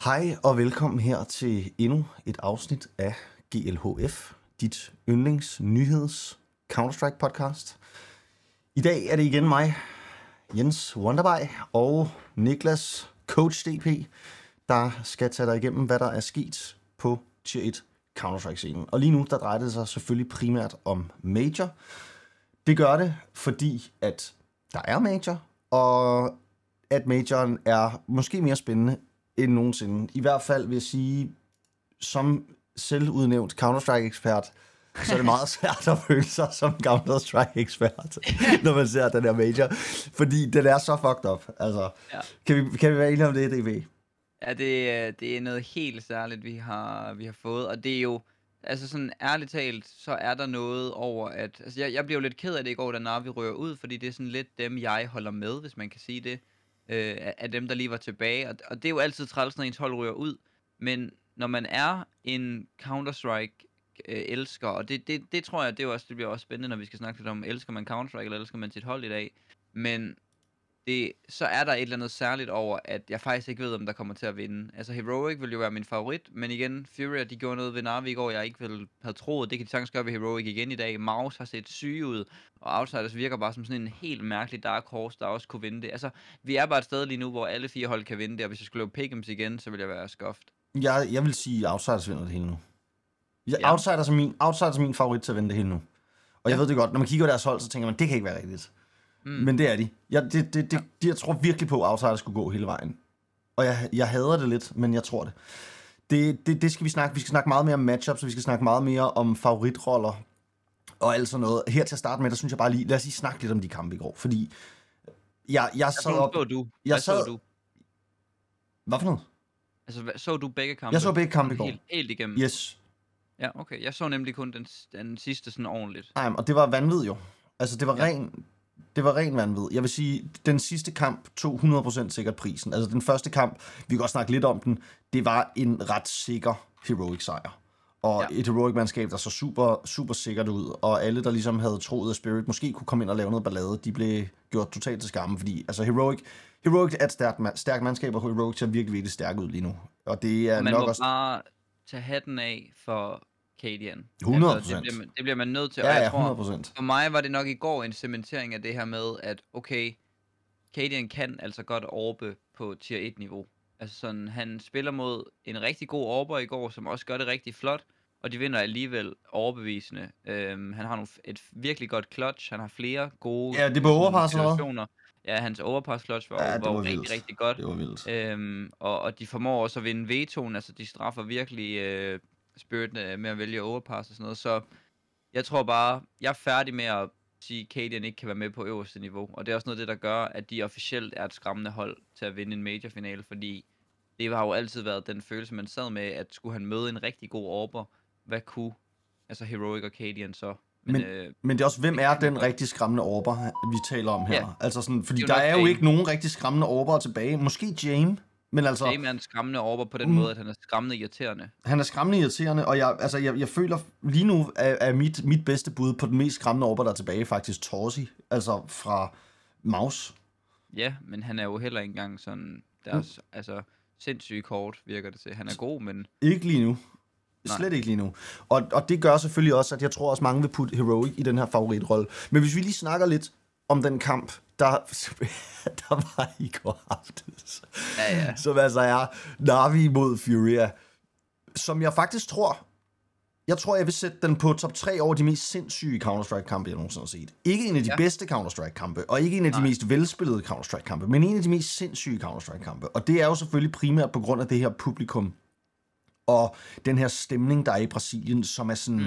Hej og velkommen her til endnu et afsnit af GLHF, dit yndlingsnyheds Counter-Strike podcast. I dag er det igen mig, Jens Wonderby og Niklas Coach DP, der skal tage dig igennem, hvad der er sket på Tier 1 Counter-Strike-scenen. Og lige nu, der drejer det sig selvfølgelig primært om Major. Det gør det, fordi at der er Major, og at Majoren er måske mere spændende end nogensinde. I hvert fald vil jeg sige, som selvudnævnt Counter-Strike-ekspert, så er det meget svært at føle sig som Counter-Strike-ekspert, når man ser den her Major. Fordi den er så fucked up. Altså, ja. Kan vi være enige om det, DB? Ja, det er noget helt særligt, vi har fået. Og det er jo, altså sådan ærligt talt, så er der noget over, at... Altså jeg blev lidt ked af det i går, da Na'Vi rører ud, fordi det er sådan lidt dem, jeg holder med, hvis man kan sige det. Af dem, der lige var tilbage. Og det er jo altid træls, når ens hold ryger ud. Men når man er en Counter-Strike elsker, og det tror jeg, det bliver også spændende, når vi skal snakke lidt om, elsker man Counter-Strike, eller elsker man sit hold i dag. Men så er der et eller andet særligt over, at jeg faktisk ikke ved, om der kommer til at vinde. Altså Heroic vil jo være min favorit, men igen, Furia, de gjorde noget ved Na'Vi i går, jeg ikke havde troet. Det kan de sagtens gøre ved Heroic igen i dag. Mouse har set syge ud, og Outsiders virker bare som sådan en helt mærkelig dark horse, der også kunne vinde det. Altså, vi er bare et sted lige nu, hvor alle 4 hold kan vinde det, og hvis jeg skulle lave pick'ems igen, så ville jeg være skuffet. Jeg vil sige, at Outsiders vinder det hele nu. Outsiders er min favorit til at vinde det hele nu. Og jeg ved det godt, når man kigger på deres hold, så tænker man, det kan ikke være rigtigt. Men det er de. Jeg tror virkelig på, at Outsiders skulle gå hele vejen. Og jeg hader det lidt, men jeg tror det. Det skal vi snakke. Vi skal snakke meget mere om matchups, og vi skal snakke meget mere om favoritroller og alt sådan noget. Her til at starte med, der synes jeg bare lige, lad os lige snakke lidt om de kampe i går, fordi jeg sad op... Så du? Hvad for noget? Altså, så du begge kampe? Jeg så begge kampe i går. Helt igennem? Yes. Ja, okay. Jeg så nemlig kun den sidste sådan ordentligt. Nej, og det var vanvid jo. Altså, det var ren vanvid. Jeg vil sige, den sidste kamp tog 100% sikkert prisen. Altså, den første kamp, vi kan godt snakke lidt om den, det var en ret sikker Heroic sejr. Og et Heroic-mandskab, der så super, super sikkert ud, og alle, der ligesom havde troet, at Spirit måske kunne komme ind og lave noget ballade, de blev gjort totalt til skamme, fordi altså Heroic er et stærkt mandskab, og Heroic ser virkelig, virkelig stærkt ud lige nu. Og det er man nok må også... bare tage hatten af for Cadian. 100%. Altså, det bliver man nødt til, og jeg jeg tror, 100%. for mig var det nok i går en cementering af det her med, at okay, Cadian kan altså godt orbe på tier 1-niveau. Altså sådan, han spiller mod en rigtig god orber i går, som også gør det rigtig flot, og de vinder alligevel overbevisende. Han har et virkelig godt clutch, han har flere gode... Ja, det var overpass eller hvad? Ja, hans overpass clutch var rigtig, rigtig godt. Det var vildt. Og de formår også at vinde vetoen, altså de straffer virkelig Spirit med at vælge overpass og sådan noget. Så jeg tror bare, jeg er færdig med at sige, at Cadian ikke kan være med på øverste niveau. Og det er også noget af det, der gør, at de officielt er et skræmmende hold til at vinde en major-finale, fordi det har jo altid været den følelse, man sad med, at skulle han møde en rigtig god orber, hvad kunne altså Heroic og Cadian så? Men det er også, hvem er den rigtig skræmmende orber, vi taler om her? Ja. Altså sådan, fordi der er jo ikke nogen rigtig skræmmende orber tilbage. Måske Jame, men altså... Jame er en skræmmende orber på den måde, at han er skræmmende irriterende. Han er skræmmende irriterende, og jeg føler, lige nu er mit bedste bud på den mest skræmmende orber, der er tilbage, faktisk Torsi, altså fra Mouse. Ja, men han er jo heller ikke engang sådan, altså sindssygt kort virker det til. Han er god, men... Ikke lige nu. Slet ikke lige nu. Og det gør selvfølgelig også, at jeg tror også, mange vil putte Heroic i den her favoritrolle. Men hvis vi lige snakker lidt om den kamp, der var i går aftes. Ja. Som altså er Na'Vi mod Furia. Som jeg faktisk tror, jeg vil sætte den på top 3 over de mest sindssyge Counter-Strike-kampe, jeg nogensinde har set. Ikke en af de bedste Counter-Strike-kampe, og ikke en af de mest velspillede Counter-Strike-kampe, men en af de mest sindssyge Counter-Strike-kampe. Og det er jo selvfølgelig primært på grund af det her publikum, og den her stemning, der er i Brasilien, som er sådan...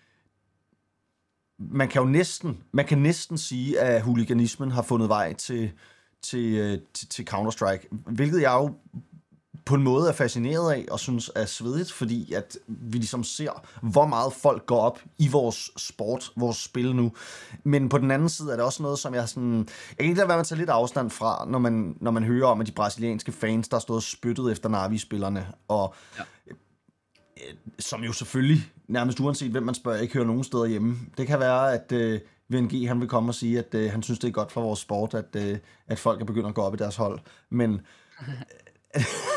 Man kan næsten sige, at hooliganismen har fundet vej til Counter-Strike, hvilket jeg jo på en måde er fascineret af, og synes er svedigt, fordi at vi ligesom ser, hvor meget folk går op i vores sport, vores spil nu. Men på den anden side er det også noget, som jeg sådan... Jeg kan ikke lade være med at tage lidt afstand fra, når man hører om, at de brasilianske fans, der har stået og spyttet efter Na'Vi-spillerne, og... Ja. Som jo selvfølgelig, nærmest uanset hvem man spørger, ikke hører nogen steder hjemme. Det kan være, at VNG han vil komme og sige, at han synes, det er godt for vores sport, at folk er begyndt at gå op i deres hold. Men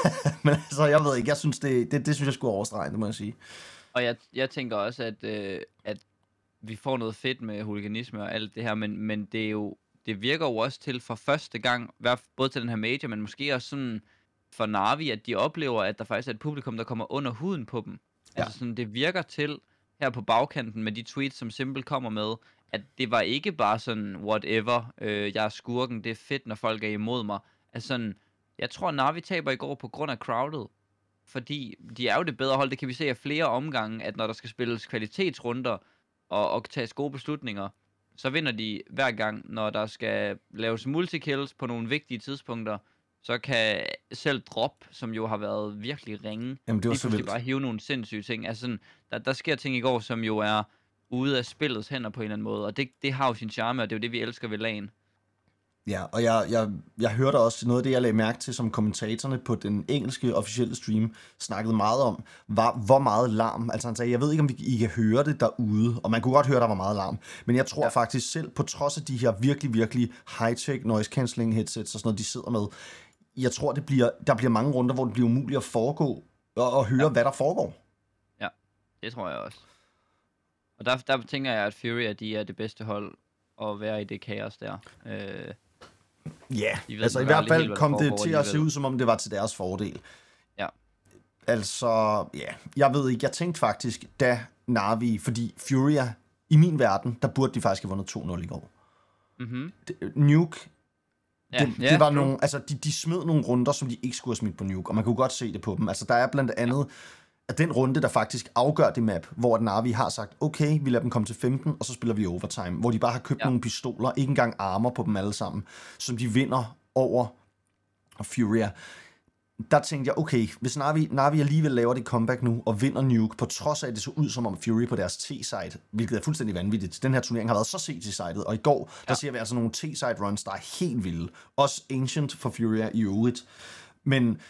Men altså, jeg ved ikke, jeg synes, det synes jeg skulle overstrege, det må jeg sige. Og jeg tænker også, at vi får noget fedt med huliganisme og alt det her, men det virker jo også til for første gang, både til den her major, men måske også sådan for Na'Vi, at de oplever, at der faktisk er et publikum, der kommer under huden på dem. Ja. Altså sådan, det virker til her på bagkanten med de tweets, som Simple kommer med, at det var ikke bare sådan, whatever, jeg er skurken, det er fedt, når folk er imod mig. Altså sådan, jeg tror, Na'Vi taber i går på grund af crowded, fordi de er jo det bedre hold, det kan vi se af flere omgange, at når der skal spilles kvalitetsrunder og tages gode beslutninger, så vinder de hver gang, når der skal laves multikills på nogle vigtige tidspunkter, så kan selv drop, som jo har været virkelig ringe, Jamen, det var så vildt. bare hive nogle sindssyge ting. Altså sådan, der sker ting i går, som jo er ude af spillets hænder på en eller anden måde, og det har jo sin charme, og det er jo det, vi elsker ved LAN. Ja, og jeg hørte også noget af det, jeg lagde mærke til, som kommentatorerne på den engelske officielle stream snakkede meget om, var hvor meget larm. Altså han sagde, jeg ved ikke, om I kan høre det derude, og man kunne godt høre, der var meget larm. Men jeg tror faktisk selv, på trods af de her virkelig, virkelig high-tech noise cancelling headsets og sådan noget, de sidder med, jeg tror, der bliver mange runder, hvor det bliver umuligt at foregå og høre, hvad der foregår. Ja, det tror jeg også. Og der tænker jeg, at Fury de er det bedste hold at være i det kaos der. Ja, altså i hvert fald kom det til at se ud, som om det var til deres fordel. Ja. Altså, ja, jeg ved ikke, jeg tænkte faktisk, da Na'Vi, fordi Furia, i min verden, der burde de faktisk have vundet 2-0 i går. Mm-hmm. Nuke, det var true. nogle, altså de smed nogle runder, som de ikke skulle have smidt på Nuke, og man kunne godt se det på dem. Altså der er blandt andet at den runde, der faktisk afgør det map, hvor Na'Vi har sagt, okay, vi lader dem komme til 15, og så spiller vi overtime, hvor de bare har købt nogle pistoler, ikke engang armor på dem alle sammen, som de vinder over Furia. Der tænkte jeg, okay, hvis Na'Vi alligevel laver det comeback nu, og vinder Nuke, på trods af, at det så ud som om Fury på deres T-side, hvilket er fuldstændig vanvittigt. Den her turnering har været så CT-sided, og i går, der ser vi altså nogle T-side runs, der er helt vilde. Også Ancient for Furia i øvrigt. Men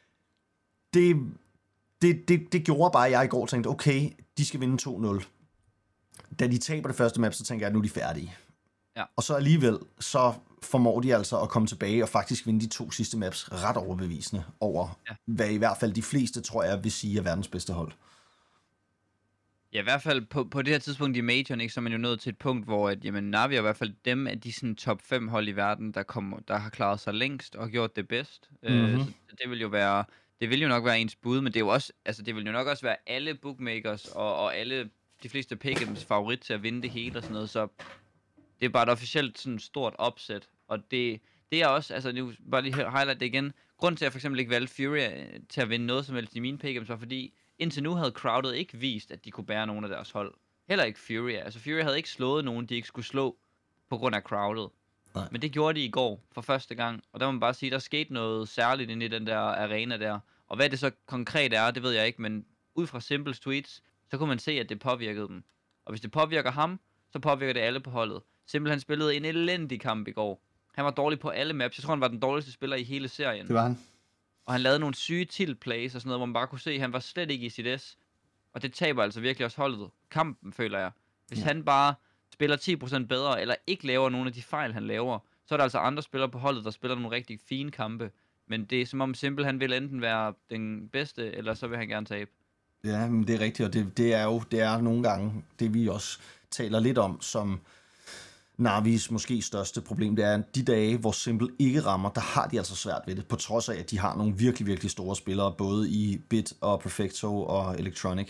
det gjorde bare, at jeg i går tænkte, okay, de skal vinde 2-0. Da de taber det første map, så tænker jeg, at nu er de færdige. Ja. Og så alligevel, så formår de altså at komme tilbage og faktisk vinde de 2 sidste maps ret overbevisende over, hvad i hvert fald de fleste, tror jeg, vil sige er verdens bedste hold. Ja, i hvert fald på det her tidspunkt i majoren, ikke, så er man jo nået til et punkt, hvor at, jamen, Na'Vi er i hvert fald dem af de sådan, top 5 hold i verden, der har klaret sig længst og gjort det bedst. Så det vil jo være... Det vil jo nok være ens bud, men det er jo også, altså det vil jo nok også være alle bookmakers og alle de fleste pick'ems favorit til at vinde det hele og sådan noget, så det er bare et officielt sådan stort opsæt, og det er også, altså nu bare lige highlight det igen, grunden til at jeg for eksempel ikke valgte Fury til at vinde noget som helst i mine pick'ems var fordi, indtil nu havde crowdet ikke vist, at de kunne bære nogen af deres hold. Heller ikke Fury, altså Fury havde ikke slået nogen, de ikke skulle slå på grund af crowdet. Nej. Men det gjorde de i går for første gang, og der må man bare sige, der skete noget særligt inde i den der arena der. Og hvad det så konkret er, det ved jeg ikke, men ud fra Simples tweets, så kunne man se, at det påvirkede dem. Og hvis det påvirker ham, så påvirker det alle på holdet. Simpel han spillede en elendig kamp i går. Han var dårlig på alle maps. Jeg tror, han var den dårligste spiller i hele serien. Det var han. Og han lavede nogle syge tilt plays og sådan noget, hvor man bare kunne se, at han var slet ikke i sit S. Og det taber altså virkelig også holdet. Kampen, føler jeg. Hvis han bare spiller 10% bedre, eller ikke laver nogle af de fejl, han laver, så er der altså andre spillere på holdet, der spiller nogle rigtig fine kampe. Men det er som om Simple, han vil enten være den bedste, eller så vil han gerne tabe. Ja, men det er rigtigt, og det er nogle gange det, vi også taler lidt om, som Na'Vis måske største problem, det er de dage, hvor Simple ikke rammer, der har de altså svært ved det, på trods af, at de har nogle virkelig, virkelig store spillere, både i Bit og Perfecto og Electronic.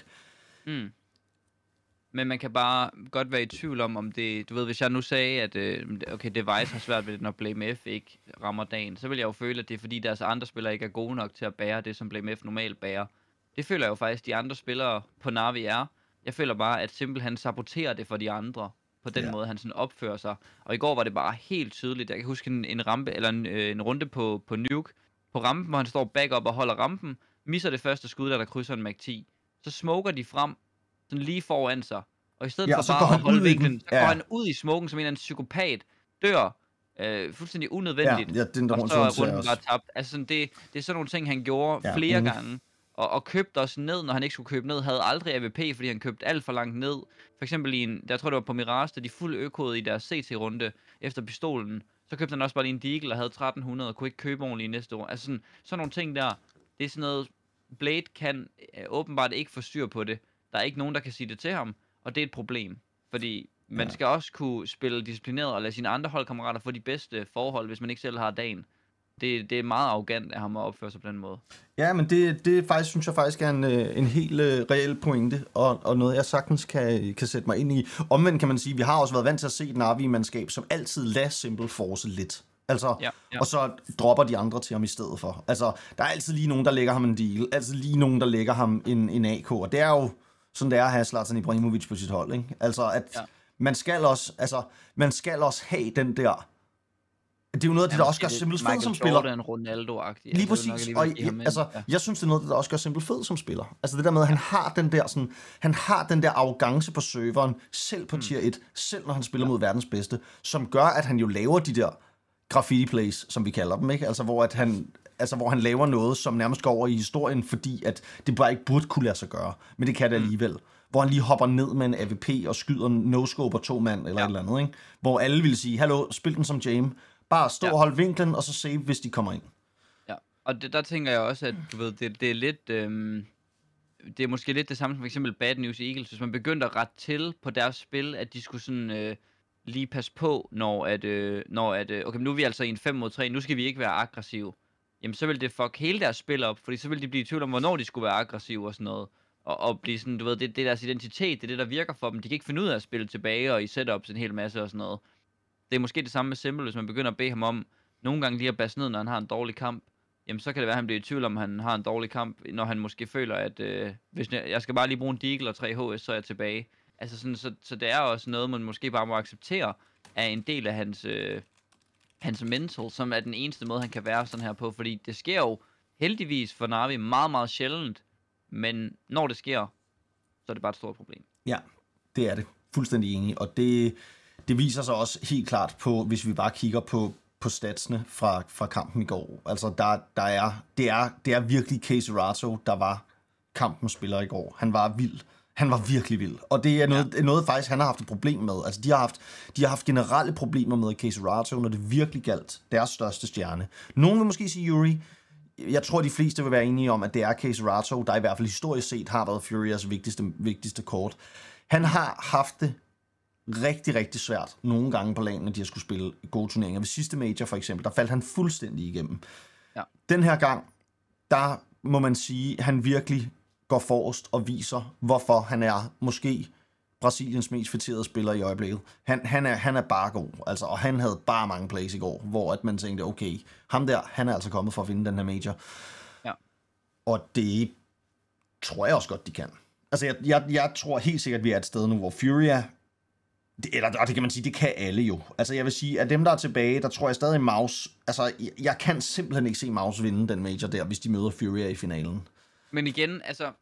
Men man kan bare godt være i tvivl om det, du ved, hvis jeg nu sagde, at okay, Device har svært ved det, når Blame F ikke rammer dagen, så vil jeg jo føle, at det er fordi deres andre spillere ikke er gode nok til at bære det, som Blame F normalt bærer. Det føler jeg jo faktisk, de andre spillere på Na'Vi er. Jeg føler bare, at Simple han saboterer det for de andre, på den måde, han sådan opfører sig. Og i går var det bare helt tydeligt. Jeg kan huske en rampe, eller en runde på Nuke, på rampen, hvor han står backup og holder rampen, misser det første skud, der krydser en Mac-10. Så smoker de frem, sådan lige foran sig. Og i stedet for bare at holde vinklen, så går han ud i smoken som en eller anden psykopat, dør fuldstændig unødvendigt, og så er runden bare tabt. Altså sådan, det er sådan nogle ting, han gjorde flere gange, og købte også ned, når han ikke skulle købe ned, havde aldrig AWP, fordi han købte alt for langt ned. For eksempel jeg tror det var på Mirage, da de fuldt økode i deres CT-runde efter pistolen, så købte han også bare lige en Deagle og havde 1300 og kunne ikke købe ordentligt i næste år. Altså sådan nogle ting der, det er sådan noget, Blade kan åbenbart ikke få styr på det. Der er ikke nogen, der kan sige det til ham, og det er et problem. Fordi man skal også kunne spille disciplineret og lade sine andre holdkammerater få de bedste forhold, hvis man ikke selv har dagen. Det er meget arrogant af ham at opføre sig på den måde. Ja, men det faktisk, synes jeg faktisk er en helt reel pointe, og noget jeg sagtens kan sætte mig ind i. Omvendt kan man sige, vi har også været vant til at se et Na'vi-mandskab, som altid lader Simple force lidt. Altså, ja. Og så dropper de andre til ham i stedet for. Altså, der er altid lige nogen, der lægger ham en deal, altid lige nogen, der lægger ham en AK, og det er jo sådan, det er at have Zlatan Ibrahimovic på sit hold, ikke? Altså, at man skal også have den der. Det er jo noget af det, der også gør Simple fed som spiller. Michael Jordan, Ronaldo-agtig. Lige præcis. Jeg synes, det er noget, der også gør Simple fed som spiller. Altså det der med, at han har den der arrogance på serveren, selv på tier 1, selv når han spiller mod verdens bedste, som gør, at han jo laver de der graffiti plays, som vi kalder dem, ikke? Altså hvor han laver noget, som nærmest går over i historien, fordi at det bare ikke burde kunne lade sig gøre. Men det kan det alligevel. Hvor han lige hopper ned med en AVP og skyder no-scope og 2 mand eller et eller andet, ikke? Hvor alle vil sige, hallo, spil den som James. Bare stå og holde vinklen, og så save, hvis de kommer ind. Ja, og der tænker jeg også, at du ved, det er lidt... det er måske lidt det samme som for eksempel Bad News Eagles. Hvis man begyndte at rette til på deres spil, at de skulle sådan lige passe på, når okay, nu er vi altså i en 5 mod 3, nu skal vi ikke være aggressive. Jamen, så vil det fuck hele deres spil op, fordi så vil de blive i tvivl om, hvornår de skulle være aggressive og sådan noget. Og blive sådan, du ved, det er deres identitet, det er det, der virker for dem. De kan ikke finde ud af at spille tilbage og i setups en hel masse og sådan noget. Det er måske det samme med Simple, hvis man begynder at bede ham om nogle gange lige at basse ned, når han har en dårlig kamp. Jamen, så kan det være, at han bliver i tvivl om, han har en dårlig kamp, når han måske føler, at hvis jeg skal bare lige bruge en Deagle og 3 HS, så er jeg tilbage. Altså sådan, så det er også noget, man måske bare må acceptere, er en del af hans mental, som er den eneste måde, han kan være sådan her på. Fordi det sker jo heldigvis for Na'Vi meget, meget sjældent, men når det sker, så er det bare et stort problem. Ja, det er det. Fuldstændig enig. Og det viser sig også helt klart på, hvis vi bare kigger på statsene fra kampen i går. Altså, det er virkelig Casey Rato, der var kampens spiller i går. Han var vild. Han var virkelig vild. Og det er noget faktisk, han har haft et problem med. Altså, de har haft generelle problemer med Casey Rato, når det virkelig galt deres største stjerne. Nogen vil måske sige Yuri. Jeg tror, de fleste vil være enige om, at det er Casey Rato, der i hvert fald historisk set har været Furious vigtigste kort. Han har haft det rigtig, rigtig svært nogle gange på lanen, når de har skulle spille gode turneringer. Ved sidste major for eksempel, der faldt han fuldstændig igennem. Ja. Den her gang, der må man sige, at han virkelig går forrest og viser, hvorfor han er måske Brasiliens mest fætterede spiller i øjeblikket. Han er bare god, altså, og han havde bare mange plays i går, hvor at man tænkte, okay, ham der, han er altså kommet for at vinde den her major. Ja. Og det tror jeg også godt, de kan. Altså, jeg tror helt sikkert, at vi er et sted nu, hvor Furia, og det kan man sige, det kan alle jo. Altså, jeg vil sige, at dem, der er tilbage, der tror jeg stadig Mouse, altså, jeg kan simpelthen ikke se Mouse vinde den major der, hvis de møder Furia i finalen. Men igen, altså,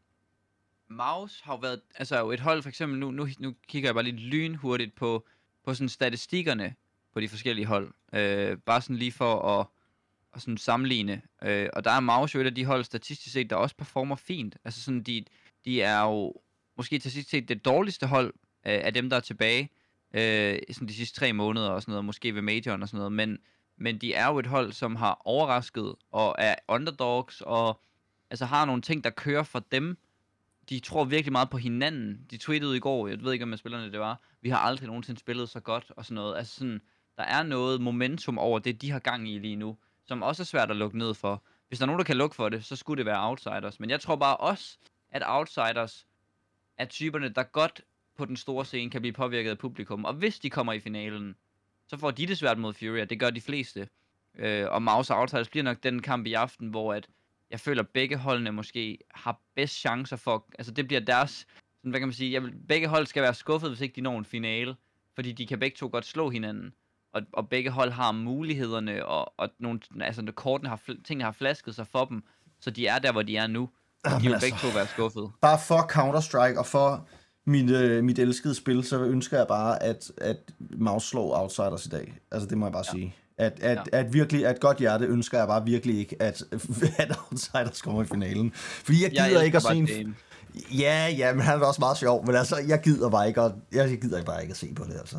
Mouse har jo været, altså jo et hold, for eksempel, nu kigger jeg bare lidt lynhurtigt på sådan statistikkerne på de forskellige hold. Bare sådan lige for at sådan sammenligne. Og der er Mouse jo et af de hold statistisk set, der også performer fint. Altså sådan, de er jo måske statistisk set det dårligste hold af dem, der er tilbage. Sådan de sidste 3 måneder og sådan noget, måske ved majoren og sådan noget. Men de er jo et hold, som har overrasket og er underdogs og altså har nogle ting, der kører for dem. De tror virkelig meget på hinanden. De tweetede i går, jeg ved ikke, om spillerne det var, vi har aldrig nogensinde spillet så godt og sådan noget. Altså sådan, der er noget momentum over det, de har gang i lige nu, som også er svært at lukke ned for. Hvis der er nogen, der kan lukke for det, så skulle det være outsiders. Men jeg tror bare også, at outsiders er typerne, der godt på den store scene kan blive påvirket af publikum. Og hvis de kommer i finalen, så får de det svært mod Furia. Det gør de fleste. Og Mouse og outsiders bliver nok den kamp i aften, hvor at jeg føler, at begge holdene måske har bedst chancer for... Altså, det bliver deres... Sådan, hvad kan man sige? Begge hold skal være skuffet, hvis ikke de når en finale. Fordi de kan begge to godt slå hinanden. Og begge hold har mulighederne, og nogle... Altså, kortene tingene har flasket sig for dem. Så de er der, hvor de er nu. Og de vil begge to være skuffet. Bare for Counter-Strike og for mit elskede spil, så ønsker jeg bare, at Mouse slår outsiders i dag. Altså, det må jeg bare sige. At virkelig, at godt hjerte ønsker jeg bare virkelig ikke, at outsiders kommer i finalen. Fordi jeg gider ikke at se en... Ja, men han er også meget sjov, men altså, jeg gider bare ikke at se på det, altså.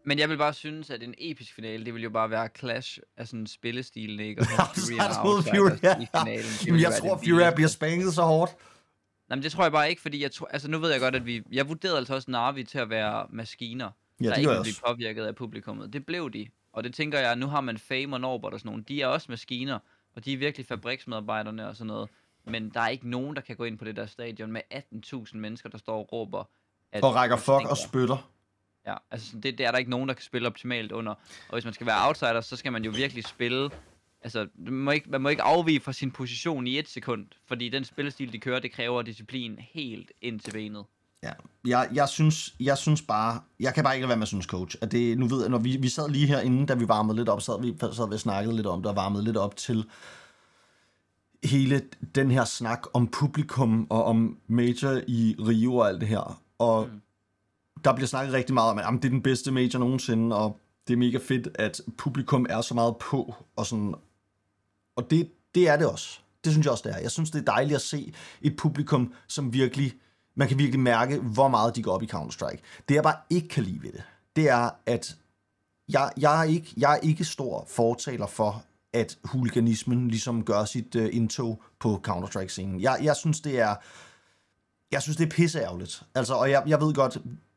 Men jeg vil bare synes, at en episk finale, det vil jo bare være clash af sådan spillestilen, ikke? Og have Fury og Outsiders i finalen. Men jeg tror, Fury bliver spanket så hårdt. Nej, men det tror jeg bare ikke, fordi altså nu ved jeg godt, at jeg vurderede altså også Na'Vi til at være maskiner, der ikke ville blive påvirket af publikummet. Det blev de, og det tænker jeg, nu har man Fame og Norbert og sådan nogle, de er også maskiner, og de er virkelig fabriksmedarbejderne og sådan noget. Men der er ikke nogen, der kan gå ind på det der stadion med 18.000 mennesker, der står og råber. Og rækker fuck og spytter. Ja, altså det er der ikke nogen, der kan spille optimalt under. Og hvis man skal være outsider, så skal man jo virkelig spille. Altså, man må ikke afvige fra sin position i 1 sekund. Fordi den spillestil, de kører, det kræver disciplin helt ind til benet. Ja, jeg synes bare, jeg kan bare ikke lade være med at synes, coach, at det, nu ved jeg, når vi sad lige herinde, da vi varmede lidt op, sad vi og snakkede lidt om det, og varmede lidt op til hele den her snak om publikum, og om major i Rio og alt det her, og der bliver snakket rigtig meget om, at det er den bedste major nogensinde, og det er mega fedt, at publikum er så meget på, og sådan, og det er det også. Det synes jeg også, det er. Jeg synes, det er dejligt at se et publikum, som virkelig, man kan virkelig mærke, hvor meget de går op i Counter-Strike. Det jeg bare ikke kan lide ved det, det er, at jeg er ikke stor fortaler for, at huliganismen ligesom gør sit indtog på Counter-Strike-scenen. Jeg synes, det er pisseærgerligt. Altså, og jeg ved godt,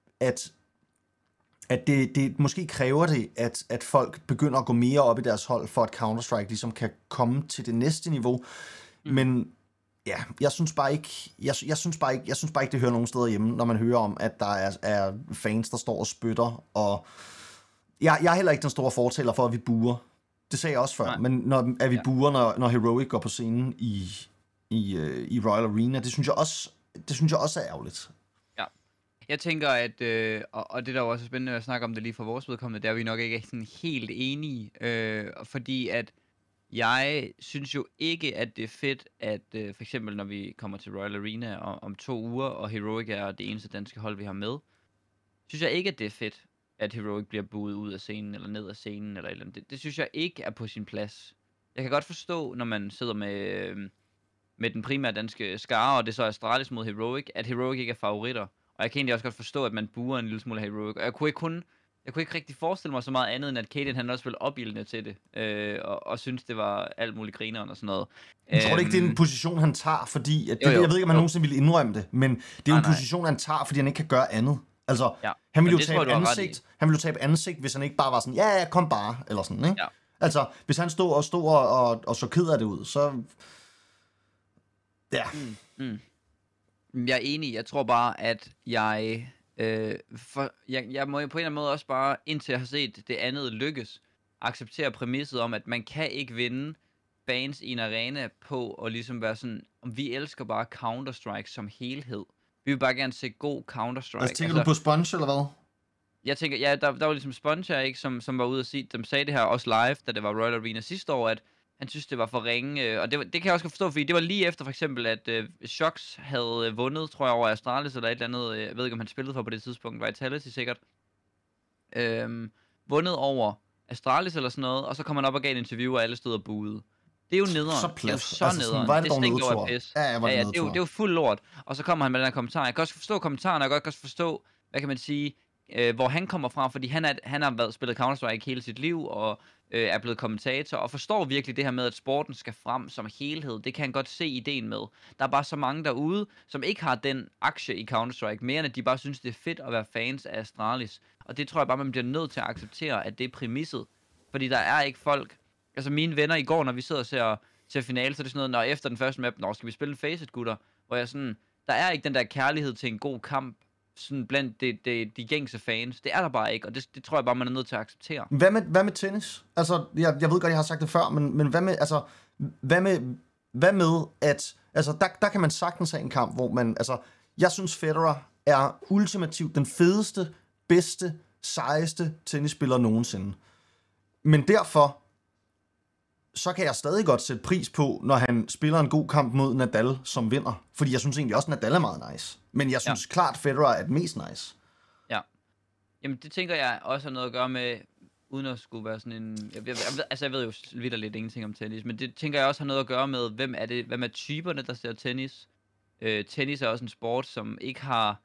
at det måske kræver det, at folk begynder at gå mere op i deres hold, for at Counter-Strike ligesom kan komme til det næste niveau. Men ja, jeg synes bare ikke, det hører nogen steder hjemme, når man hører om, at der er fans, der står og spytter, og jeg er heller ikke den store fortæller for, at vi buer. Det sagde jeg også før, men når vi buer, når Heroic går på scenen i Royal Arena, det synes jeg også er ærgerligt. Ja. Jeg tænker, at, og det der også er spændende at snakke om det lige fra vores vedkommende, der er vi nok ikke sådan helt enige, fordi at jeg synes jo ikke, at det er fedt, at for eksempel når vi kommer til Royal Arena om 2 uger, og Heroic er det eneste danske hold, vi har med, synes jeg ikke, at det er fedt, at Heroic bliver buet ud af scenen, eller ned af scenen, eller et eller andet. Det synes jeg ikke er på sin plads. Jeg kan godt forstå, når man sidder med den primære danske skare, og det så er Astralis mod Heroic, at Heroic ikke er favoritter. Og jeg kan egentlig også godt forstå, at man buer en lille smule af Heroic. Og jeg kunne ikke rigtig forestille mig så meget andet, end at Kaden han også ville opildne til det, og synes det var alt muligt grineren og sådan noget. Jeg tror ikke, det er en position, han tager, fordi... At jeg ved ikke, om han nogensinde ville indrømme det, men det er jo en position, han tager, fordi han ikke kan gøre andet. Altså, han ville jo tabe ansigt, hvis han ikke bare var sådan, ja, kom bare, eller sådan, ikke? Ja. Altså, hvis han stod og så ked af det ud, så... Ja. Jeg er enig. Jeg tror bare, at jeg må jo på en eller anden måde også bare, indtil jeg har set det andet lykkes, acceptere præmisset om, at man kan ikke vinde fans i en arena på at ligesom være sådan, om vi elsker bare Counter-Strike som helhed. Vi vil bare gerne se god Counter-Strike. Altså, tænker du på Sponge, eller hvad? Jeg tænker, ja, der var ligesom Sponge her, ikke, som var ude at sige, dem sagde det her også live, da det var Royal Arena sidste år, at han synes, det var for ringe, og det kan jeg også forstå, fordi det var lige efter for eksempel, at Shox havde vundet, tror jeg, over Astralis eller et eller andet, jeg ved ikke, om han spillede for på det tidspunkt, Vitality sikkert, vundet over Astralis eller sådan noget, og så kom han op og gav et interview, og alle stod og buede. Det er jo nederen. Så plads. Det er jo så nederen. Det stinker over pis. Ja, det er jo fuld lort. Og så kommer han med den her kommentar. Jeg kan også forstå kommentaren, og jeg kan også forstå, hvad kan man sige, hvor han kommer fra, fordi han har spillet Counter-Strike hele sit liv, og er blevet kommentator, og forstår virkelig det her med, at sporten skal frem som helhed. Det kan han godt se ideen med. Der er bare så mange derude, som ikke har den aktie i Counter-Strike, mere end at de bare synes, det er fedt at være fans af Astralis. Og det tror jeg bare, man bliver nødt til at acceptere, at det er præmisset. Fordi der er ikke folk... Altså mine venner i går, når vi sidder og ser finale, så er det sådan noget, når efter den første map, skal vi spille en Faceit, gutter? Hvor jeg sådan, der er ikke den der kærlighed til en god kamp, sådan blandt de gængse fans. Det er der bare ikke, og det tror jeg bare, man er nødt til at acceptere. Hvad med tennis? Altså, jeg ved godt, jeg har sagt det før, men hvad med, altså, hvad med at, altså, der kan man sagtens have en kamp, hvor man, altså, jeg synes Federer er ultimativt den fedeste, bedste, sejeste tennisspiller nogensinde. Men derfor, så kan jeg stadig godt sætte pris på, når han spiller en god kamp mod Nadal, som vinder. Fordi jeg synes egentlig også, Nadal er meget nice. Men jeg synes klart, Federer er mest nice. Ja. Jamen, det tænker jeg også har noget at gøre med, uden at skulle være sådan en... Jeg ved jo vitterligt ingenting om tennis, men det tænker jeg også har noget at gøre med, hvem er typerne, der ser tennis. Tennis er også en sport, som ikke har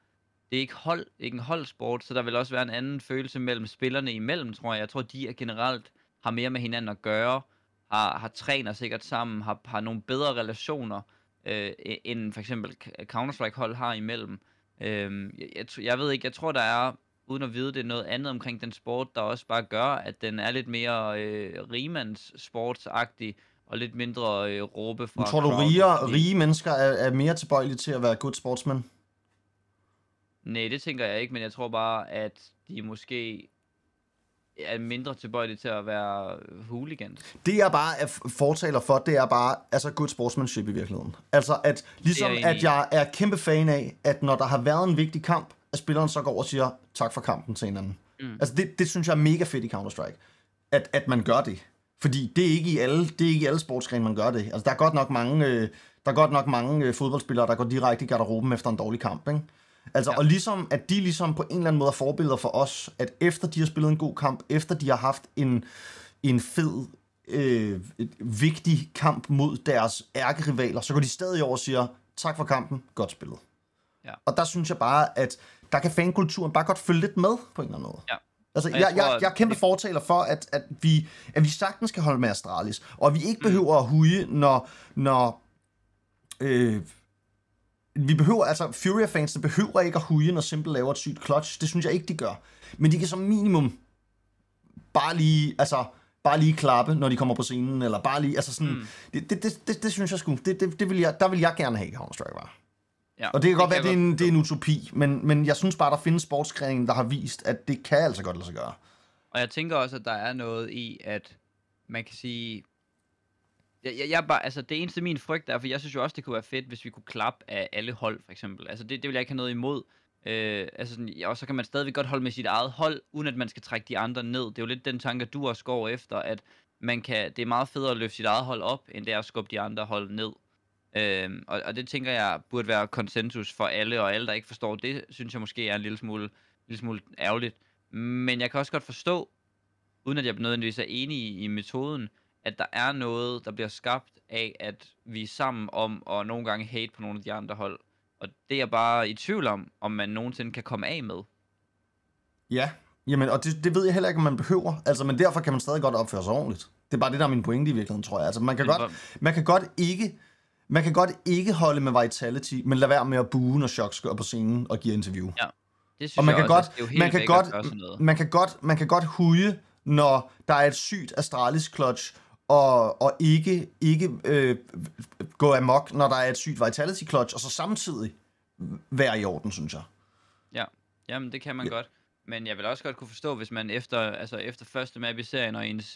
det er ikke en holdsport, så der vil også være en anden følelse mellem spillerne imellem, tror jeg. Jeg tror, de er generelt har mere med hinanden at gøre, har træner sikkert sammen, har nogle bedre relationer, end for eksempel Counter-Strike-hold har imellem. Jeg ved ikke, jeg tror, der er, uden at vide det, noget andet omkring den sport, der også bare gør, at den er lidt mere rigemands sportsagtig, og lidt mindre råbe fra tror du, rige mennesker er mere tilbøjelige til at være good sportsmen? Nej, det tænker jeg ikke, men jeg tror bare, at de måske er mindre tilbøjelige til at være hooligans. Det jeg bare er fortaler for, det er bare altså good sportsmanship i virkeligheden. Altså at ligesom at jeg er kæmpe fan af, at når der har været en vigtig kamp, at spilleren så går over og siger tak for kampen til hinanden. Altså det synes jeg er mega fedt i Counter-Strike, at man gør det. Fordi det er ikke i alle sportsgrene, man gør det. Altså der er godt nok mange fodboldspillere, der går direkte i garderoben efter en dårlig kamp, ikke? Altså, og ligesom, at de ligesom på en eller anden måde er forbilleder for os, at efter de har spillet en god kamp, efter de har haft en fed, vigtig kamp mod deres ærkerivaler, så går de stadig over og siger, tak for kampen, godt spillet. Ja. Og der synes jeg bare, at der kan fankulturen bare godt følge lidt med på en eller anden måde. Ja. Altså, jeg er kæmpe fortaler for, at vi sagtens skal holde med Astralis, og vi ikke behøver at huge, når vi behøver, altså Furia-fansene behøver ikke at huge, når Simple laver et sygt clutch. Det synes jeg ikke, de gør. Men de kan som minimum bare lige klappe, når de kommer på scenen, eller bare lige, altså sådan, det synes jeg sgu, der vil jeg gerne have i Counter-Strike, var. Ja, og det kan godt være, det er en utopi, men jeg synes bare, der findes sportsgrening, der har vist, at det kan altså godt lade sig gøre. Og jeg tænker også, at der er noget i, at man kan sige, jeg bare, altså det eneste min frygt er, for jeg synes jo også, det kunne være fedt, hvis vi kunne klappe af alle hold, for eksempel. Altså det vil jeg ikke have noget imod. Altså sådan, og så kan man stadigvæk godt holde med sit eget hold, uden at man skal trække de andre ned. Det er jo lidt den tanke, du også går efter, at det er meget federe at løfte sit eget hold op, end det er at skubbe de andre hold ned. Og det tænker jeg burde være konsensus for alle, og alle, der ikke forstår det, synes jeg måske er en lille smule ærgerligt. Men jeg kan også godt forstå, uden at jeg nødvendigvis er enig i metoden, at der er noget, der bliver skabt af, at vi er sammen om at nogle gange hate på nogle af de andre hold. Og det er jeg bare i tvivl om man nogensinde kan komme af med. Ja, jamen, og det ved jeg heller ikke, om man behøver. Altså, men derfor kan man stadig godt opføre sig ordentligt. Det er bare det, der er min pointe i virkeligheden, tror jeg. Altså, man kan godt ikke holde med Vitality, men lade være med at buge, når Shox går på scenen og giver interview. Ja, det synes og man jeg kan også, godt, man kan godt huge, når der er et sygt Astralis clutch, og ikke gå amok, når der er et sygt Vitality clutch, og så samtidig være i orden, synes jeg. Ja, jamen det kan man godt. Men jeg vil også godt kunne forstå, hvis man efter første map i serien,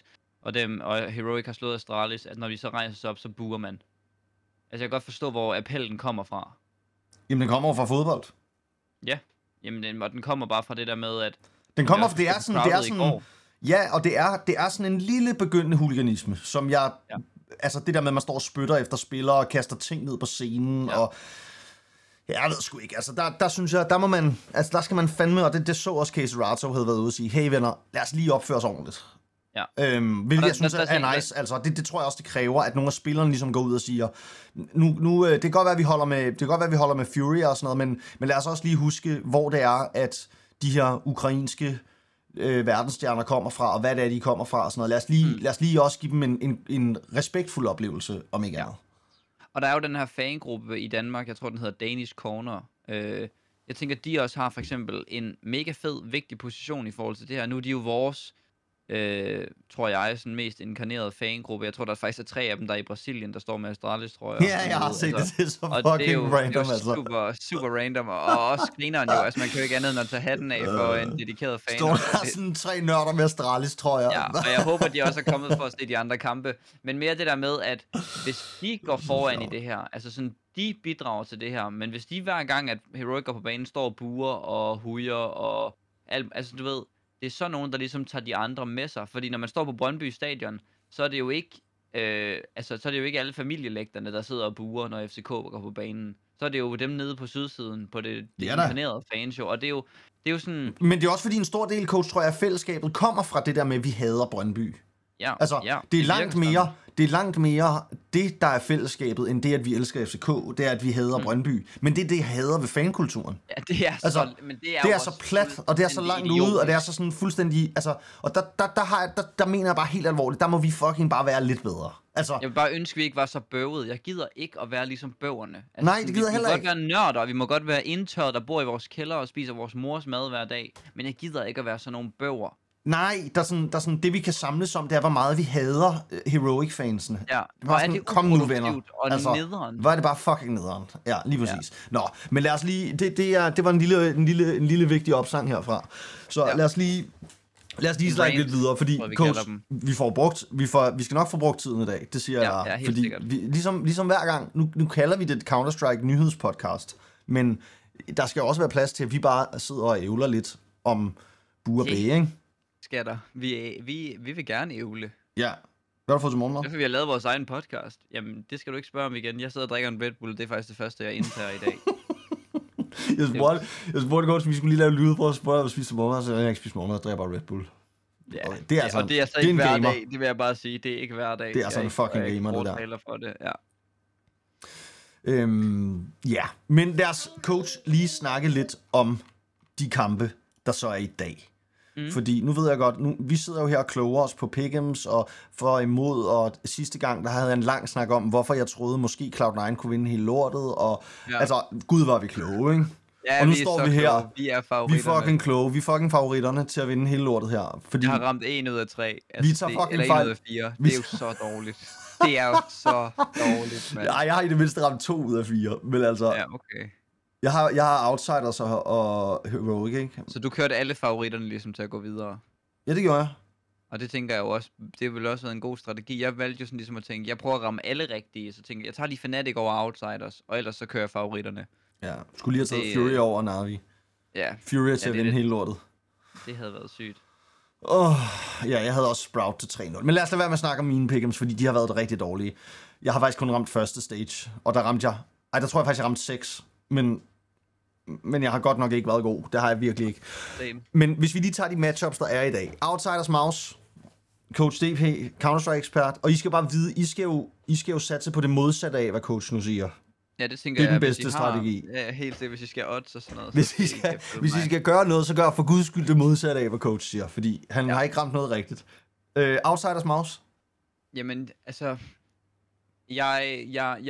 og Heroic har slået Astralis, at når vi så rejser sig op, så buer man. Altså jeg kan godt forstå, hvor appellen kommer fra. Jamen den kommer fra fodbold. Ja, jamen den kommer bare fra det der med, at... Den kommer fra, det er sådan ja, og det er sådan en lille begyndende huliganisme, som jeg... Ja. Altså det der med, at man står og spytter efter spillere og kaster ting ned på scenen, og... Ja, jeg ved sgu ikke. Altså der synes jeg, der må man... Altså der skal man fandme, og det så også Casey Rato havde været ude og sige, hey venner, lad os lige opføre os ordentligt. Ja. Hvilket jeg synes er nice. Altså det tror jeg også, det kræver, at nogle af spillerne ligesom går ud og siger, nu det kan godt være, vi holder med Fury og sådan noget, men lad os også lige huske, hvor det er, at de her ukrainske verdensstjerner kommer fra, og hvad det er, de kommer fra og sådan noget. Lad os lige også give dem en respektfuld oplevelse, om ikke andet. Og der er jo den her fangruppe i Danmark, jeg tror, den hedder Danish Corner. Jeg tænker, de også har for eksempel en mega fed, vigtig position i forhold til det her. Nu er de jo vores, tror jeg, sådan mest inkarnerede fangruppe. Jeg tror, der faktisk er 3 af dem, der er i Brasilien, der står med Astralis, tror jeg. Ja, jeg har set det. Det er så fucking random, altså. Super random, og også grineren jo. Altså, man kan jo ikke andet end at tage hatten af for en dedikeret fan. Står der sådan 3 nørder med Astralis, tror jeg. Ja, og jeg håber, de også er kommet for at se de andre kampe. Men mere det der med, at hvis de går foran i det her, altså sådan, de bidrager til det her, men hvis de hver gang, at Heroic går på banen, står og buer og hujer og alt, altså du ved, det er så nogen, der ligesom tager de andre med sig. Fordi når man står på Brøndby Stadion, så er det jo ikke, så er det jo ikke alle familielægterne, der sidder og buer, når FCK går på banen. Så er det jo dem nede på sydsiden, på det imponerede fanshow. Og det er jo sådan... Men det er også fordi en stor del, coach, tror jeg, af fællesskabet kommer fra det der med, at vi hader Brøndby. Ja, Altså, ja, det er det langt virker sådan. mere, det er langt mere det, der er fællesskabet, end det, at vi elsker FCK, det er, at vi hader Brøndby. Men det er det, jeg hader ved fankulturen. Ja, det er Altså, så, men det er det jo er så også plat, og det er så langt fuldstændig ude, og det er idiotisk. så sådan fuldstændig, altså, og der mener jeg bare helt alvorligt, der må vi fucking bare være lidt bedre. Altså, Jeg vil bare ønske, at vi ikke var så bøvet. Jeg gider ikke at være ligesom bøverne. Altså, Nej, det gider jeg heller Vi ikke. må godt være nørder, og vi må godt være indtørret, der bor i vores kælder og spiser vores mors mad hver dag. Men jeg gider ikke at være sådan nogle bøver. nej, der er sådan, det vi kan samles om, det er, hvor meget vi hader Heroic-fansene. Ja, Hvor er det kom nu, venner. og nederen. Hvor er det bare fucking nederen. Ja, lige præcis. Ja. Nå, men lad os lige, det var en lille vigtig opsang herfra. Så Ja. lad os lige slide lidt videre, fordi tror, vi coach, kalder dem. vi skal nok få brugt tiden i dag, det siger Ja, jeg, ja, helt fordi sikkert. vi, ligesom hver gang, nu kalder vi det et Counter-Strike nyhedspodcast, men der skal også være plads til, at vi bare sidder og ævler lidt om bu og bæ, ikke? Skatter, vi vil gerne ævle. Ja. Hvad har du fået til morgenmad? Derfor vi har lavet vores egen podcast. Jamen, det skal du ikke spørge om igen. Jeg sidder og drikker en Red Bull. Det er faktisk det første, jeg indtager i dag. Jeg spurgte godt, at vi skulle lige lave lyd på at spørge, at spise morgenmad, så jeg har ikke spist morgenmad, jeg drikker bare Red Bull. Ja, Okay, det er altså, og det er altså det er ikke en hver gamer. dag. Det vil jeg bare sige. Det er ikke hver dag. Det er altså en fucking gamer, det der. der. For det, ja. Ja, men lad os, coach, lige snakke lidt om de kampe, der så er i dag. Fordi nu ved jeg godt, vi sidder jo her og kloger os på pick'ems og for og imod, og sidste gang, der havde jeg en lang snak om, hvorfor jeg troede, måske Cloud9 kunne vinde hele lortet, og altså, gud var vi kloge, ikke? Ja, og nu vi er står så vi her, kloge. Vi er vi er favoritterne. fucking kloge, vi er fucking favoritterne til at vinde hele lortet her. Fordi Jeg har ramt 1 ud af 3. Altså, Vi tager fucking eller 1 fejl. ud af 4. Det er jo så dårligt. Det er jo så dårligt, mand. ja, jeg har i det mindste ramt 2 ud af 4, men altså, Ja, okay. jeg har Outsiders og Heroic, ikke? Så du kørte alle favoritterne ligesom til at gå videre. Ja, det gjorde jeg. Og det tænker jeg jo også, det ville også være en god strategi. Jeg valgte jo sådan ligesom at tænke, jeg prøver at ramme alle rigtige, så tænker jeg tager lige Fnatic over Outsiders, og ellers så kører jeg favoritterne. Ja, skulle lige have taget Det, Fury over Na'Vi. Ja, Fury til at det er vinde det. hele lortet. det havde været sygt. Ja, jeg havde også Sprout til 3-0. Men lad os lade være med at snakke om mine pick'ems, fordi de har været rigtig dårlige. Jeg har faktisk kun ramt første stage, og der ramte jeg... Ej, der tror jeg faktisk, jeg ramte 6. Men jeg har godt nok ikke været god. Det har jeg virkelig ikke. Same. Men hvis vi lige tager de matchups, der er i dag. Outsiders Mouse, Coach DP, Counter-Strike-ekspert, og I skal bare vide, I skal jo satse på det modsatte af, hvad coach nu siger. Ja, det tænker Det er jeg, den hvis bedste I har, strategi. Ja, helt sikkert, hvis I skal odds og sådan noget. Hvis så I skal følge hvis I mig. skal gøre noget, så gør for guds skyld det modsatte af, hvad coach siger, fordi han har ikke ramt noget rigtigt. Outsiders Mouse? Jamen, altså... Jeg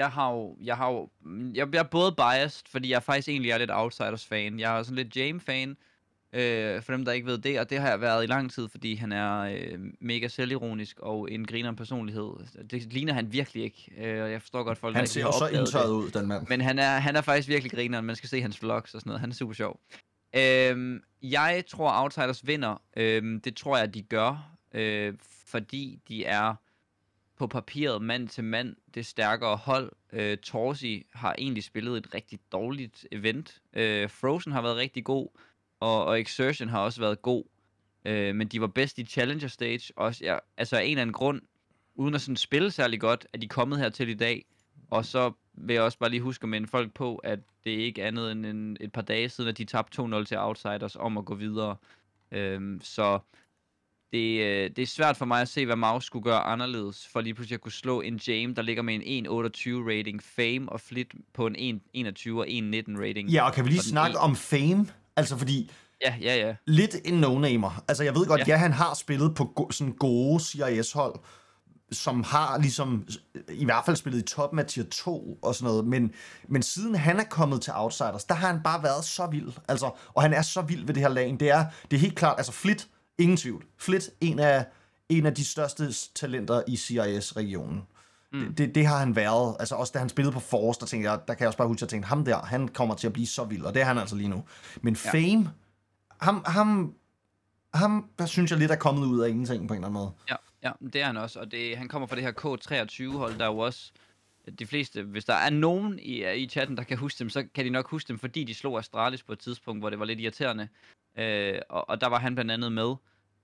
er både biased, fordi jeg faktisk egentlig er lidt Outsiders-fan. Jeg er sådan lidt Jame-fan, for dem, der ikke ved det, og det har jeg været i lang tid, fordi han er mega selvironisk og en griner personlighed. Det ligner han virkelig ikke, og jeg forstår godt folk, Han der ser ikke jo har så opdaget indtørret det. ud, den mand. Men han er faktisk virkelig grineren. Man skal se hans vlogs og sådan noget. Han er super sjov. Jeg tror, Outsiders vinder. Det tror jeg, de gør, fordi de er på papiret mand til mand det stærkere hold. Torsi har egentlig spillet et rigtig dårligt event. Frozen har været rigtig god, og Exertion har også været god. Men de var bedst i Challenger Stage. Også, ja, altså af en eller anden grund, uden at sådan spille særlig godt, er de kommet her til i dag. Og så vil jeg også bare lige huske at minde folk på, at det ikke er andet end et par dage siden, at de tabte 2-0 til Outsiders om at gå videre. Så det er svært for mig at se, hvad Mouse skulle gøre anderledes, for lige pludselig at kunne slå en Jame, der ligger med en 1.28 rating, Fame og Flit på en 1.21 og 1.19 rating. Ja, og kan vi lige Og den snakke om Fame? Altså fordi, Ja. lidt en no-namer. Altså jeg ved godt, ja han har spillet på sådan gode CIS-hold, som har ligesom, i hvert fald spillet i top med tier 2 og sådan noget, men siden han er kommet til Outsiders, der har han bare været så vild. Altså, og han er så vild ved det her lag. Det er helt klart, altså Flit, ingen tvivl. Flit, en af de største talenter i CIS-regionen. Det har han været. Altså også da han spillede på Force, der tænkte jeg, der kan jeg også bare huske, at jeg tænkte, ham der, han kommer til at blive så vild, og det er han altså lige nu. Men Fame, ham der synes jeg lidt er kommet ud af ingenting på en eller anden måde. Ja, det er han også, og han kommer fra det her K23-hold, der er jo også de fleste, hvis der er nogen i chatten, der kan huske dem, så kan de nok huske dem, fordi de slog Astralis på et tidspunkt, hvor det var lidt irriterende, og der var han blandt andet med.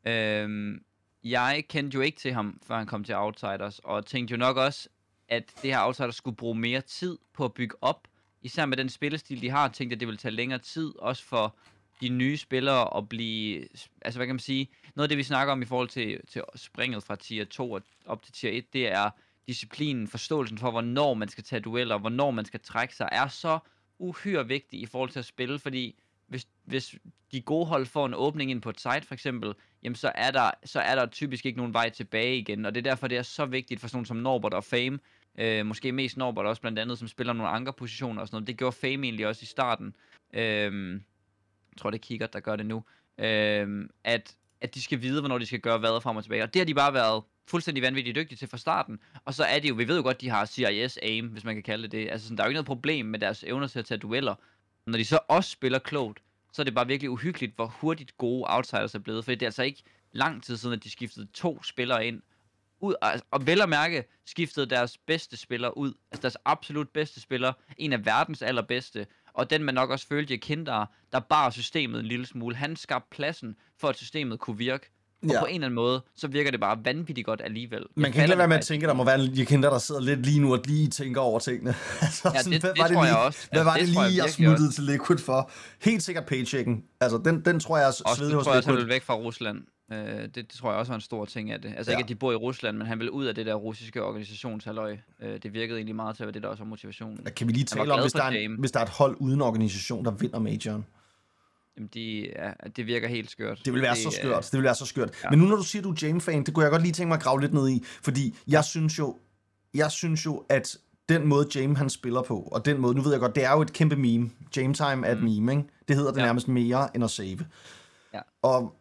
Jeg kendte jo ikke til ham, før han kom til Outsiders, og tænkte jo nok også, at det her Outsiders skulle bruge mere tid på at bygge op, især med den spillestil, de har, tænkte jeg, det ville tage længere tid, også for de nye spillere at blive, altså hvad kan man sige, noget af det vi snakker om i forhold til springet fra tier 2 og op til tier 1, det er disciplinen, forståelsen for, hvornår man skal tage dueller, hvornår man skal trække sig, er så uhyre vigtig i forhold til at spille, fordi hvis de gode hold får en åbning ind på et site for eksempel, jamen så er der typisk ikke nogen vej tilbage igen, og det er derfor, det er så vigtigt for sådan nogen som Norbert og Fame, måske mest Norbert også blandt andet, som spiller nogle andre positioner og sådan noget. Det gjorde Fame egentlig også i starten. Jeg tror, det er Kickert, der gør det nu. At de skal vide, hvornår de skal gøre hvad frem og tilbage. Og det har de bare været fuldstændig vanvittigt dygtige til fra starten. Og så er det jo, vi ved jo godt, de har CIS aim, hvis man kan kalde det. Altså sådan, der er jo ikke noget problem med deres evner til at tage dueller. Når de så også spiller klogt, så er det bare virkelig uhyggeligt, hvor hurtigt gode outsiders er blevet. For det er altså ikke lang tid siden, at de skiftede 2 spillere ind. Og vel at mærke skiftede deres bedste spiller ud. Altså deres absolut bedste spiller. En af verdens allerbedste. Og den man nok også følte, jeg kendte, der bar systemet en lille smule. Han skabte pladsen for, at systemet kunne virke. Og på en eller anden måde, så virker det bare vanvittigt godt alligevel. Man kan ikke lade være med at tænke, at der må være en kender, der sidder lidt lige nu og lige tænker over tingene. Altså, ja, det tror jeg også. Hvad var det lige, jeg smuttede til Liquid for? Helt sikkert paychecken. Altså, den tror jeg svedig hos Liquid. Også væk fra Rusland. Det tror jeg også var en stor ting af det. Altså ikke, at de bor i Rusland, men han ville ud af det der russiske organisationshalløj. Det virkede egentlig meget til, at det der også var motivationen. Kan vi lige tale om, hvis der er et hold uden organisation, der vinder majoren? Jamen, det virker helt skørt. Det vil være så skørt. Det vil være så skørt. Ja. Men nu når du siger, du er Jame-fan, det kunne jeg godt lige tænke mig at grave lidt ned i, fordi jeg synes jo, at den måde Jame han spiller på, og den måde, nu ved jeg godt, det er jo et kæmpe meme. Jame time er et meme, ikke? Det hedder det nærmest mere end at save. Ja. Og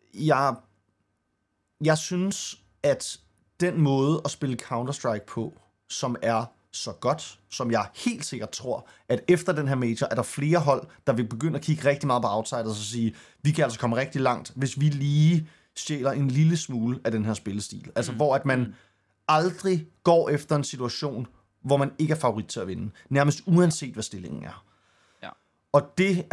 jeg synes, at den måde at spille Counter-Strike på, som er så godt, som jeg helt sikkert tror, at efter den her major, er der flere hold, der vil begynde at kigge rigtig meget på outsiders og sige, vi kan altså komme rigtig langt, hvis vi lige stjæler en lille smule af den her spillestil. Altså hvor at man aldrig går efter en situation, hvor man ikke er favorit til at vinde. Nærmest uanset, hvad stillingen er. Ja. Og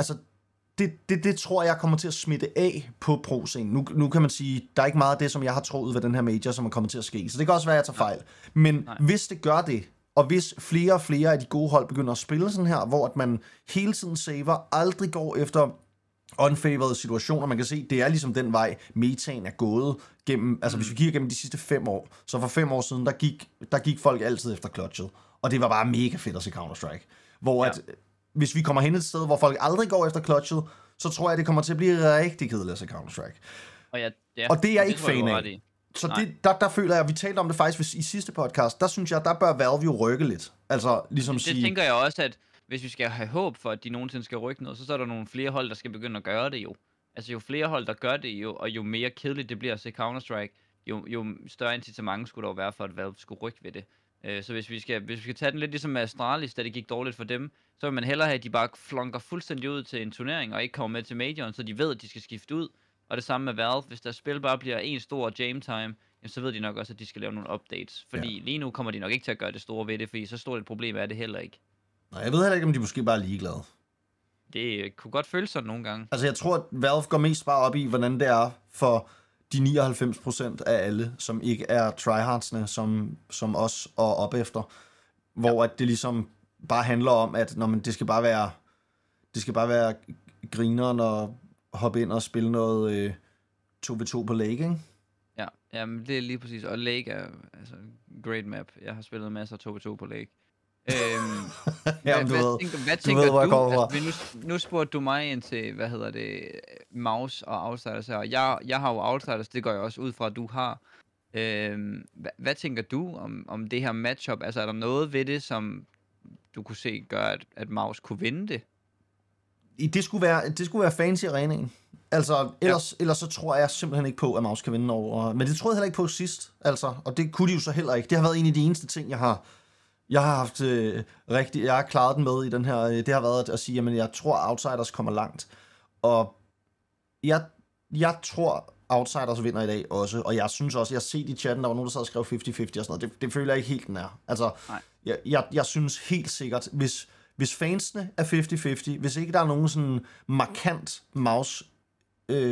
det tror jeg kommer til at smitte af på pro-scenen. Nu kan man sige, der er ikke meget af det, som jeg har troet ved den her major, som er kommet til at ske. Så det kan også være, at jeg tager fejl. Men hvis det gør det, og hvis flere og flere af de gode hold begynder at spille sådan her, hvor at man hele tiden saver, aldrig går efter unfavored situationer, man kan se, det er ligesom den vej, metaen er gået gennem, altså hvis vi kigger gennem de sidste 5 år, så for 5 år siden, der gik folk altid efter clutchet, og det var bare mega fedt at se Counter-Strike. Hvor at, hvis vi kommer hen et sted, hvor folk aldrig går efter clutchet, så tror jeg, det kommer til at blive rigtig kedeligt at se Counter-Strike. Og det er jeg ikke fan af. Så der føler jeg, vi talte om det faktisk i sidste podcast, der synes jeg, der bør Valve jo rykke lidt. Altså ligesom det tænker jeg også, at hvis vi skal have håb for, at de nogensinde skal rykke noget, så er der nogle flere hold, der skal begynde at gøre det jo. Altså jo flere hold, der gør det jo, og jo mere kedeligt det bliver at se Counter-Strike, jo større incitament skulle der være for, at Valve skulle rykke ved det. Så hvis vi skal tage den lidt ligesom med Astralis, da det gik dårligt for dem, så vil man hellere have, at de bare flunker fuldstændig ud til en turnering, og ikke kommer med til majoren, så de ved, at de skal skifte ud. Og det samme med Valve, hvis deres spil bare bliver en stor jam time, så ved de nok også, at de skal lave nogle updates. Fordi lige nu kommer de nok ikke til at gøre det store ved det, fordi så stort et problem er det heller ikke. Nej, jeg ved heller ikke, om de måske bare er ligeglade. Det kunne godt føles sådan nogle gange. Altså jeg tror, at Valve går mest bare op i, hvordan det er for de 99% af alle, som ikke er tryhardsne, som os og op efter. Hvor at det ligesom bare handler om, at det skal bare være grineren og hoppe ind og spille noget 2v2 på Lake, ikke? Ja, jamen det er lige præcis. Og Lake er altså great map. Jeg har spillet masser af 2v2 på Lake. Hvad tænker du? Altså, nu spurgte du mig ind til, Mouse og Outsiders her. Jeg har jo Outsiders, det går jeg også ud fra, at du har. Hvad tænker du om det her matchup? Altså er der noget ved det, som du kunne se gør, at Mouse kunne vinde det? Det skulle være fancy arenaen. Altså, ellers så tror jeg simpelthen ikke på, at Mouse kan vinde over. Men det troede jeg heller ikke på sidst. Altså, og det kunne de jo så heller ikke. Det har været en af de eneste ting, jeg har haft jeg har klaret den med i den her. Det har været at sige, at jeg tror, Outsiders kommer langt. Og jeg tror, Outsiders vinder i dag også. Og jeg synes også, jeg har set i chatten, der var nogen, der sad og skrev 50-50 og sådan noget. Det føler jeg ikke helt, den er. Altså, jeg synes helt sikkert, hvis fansene er 50-50, hvis ikke der er nogen sådan markant Mouse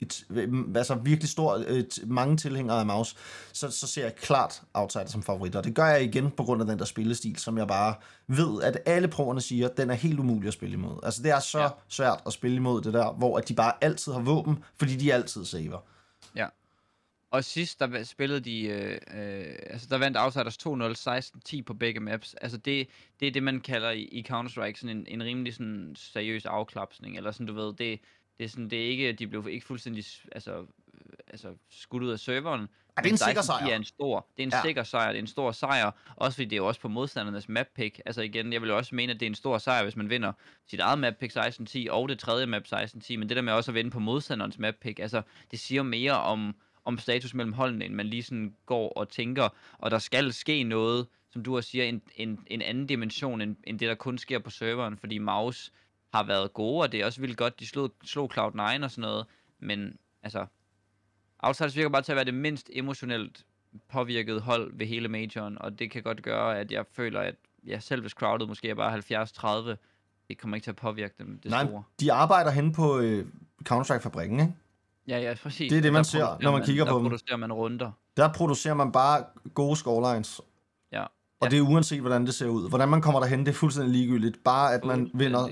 altså virkelig mange tilhængere af Maus, så ser jeg klart Outsider som favorit, og det gør jeg igen på grund af den der spillestil, som jeg bare ved, at alle proerne siger, den er helt umulig at spille imod. Altså det er så svært at spille imod det der, hvor at de bare altid har våben, fordi de altid saver. Ja. Og sidst, der spillede de, altså der vandt Outsiders 2-0, 16-10 på begge maps. Altså det er det, man kalder i Counter-Strike sådan en rimelig sådan seriøs afklapsning, eller sådan, du ved, det er sådan, det er ikke, de blev ikke fuldstændig, altså skudt ud af serveren. Det er en sikker sejr. Det er en sikker sejr, det er en stor sejr, også fordi det er jo også på modstandernes map pick. Altså igen, jeg vil jo også mene, at det er en stor sejr, hvis man vinder sit eget map pick 16-10, og det tredje map 16-10, men det der med også at vinde på modstanderens map pick, altså det siger mere om status mellem holdene, end man lige sådan går og tænker, og der skal ske noget, som du også siger, en anden dimension, end det, der kun sker på serveren, fordi Maus har været gode, og det er også vildt godt, de slog Cloud9 og sådan noget, men altså, Outsiders virker bare til at være det mindst emotionelt påvirket hold ved hele majoren, og det kan godt gøre, at jeg føler, at selv hvis crowdet måske er bare 70-30, det kommer ikke til at påvirke dem, det store. Nej, de arbejder hen på Counter-Strike-fabrikken, ikke? Ja, præcis. Det er det, man ser, når man kigger på dem. Der producerer man runder. Der producerer man bare gode scorelines. Ja. Og det er uanset, hvordan det ser ud. Hvordan man kommer derhen, det er fuldstændig ligegyldigt. Bare at man vinder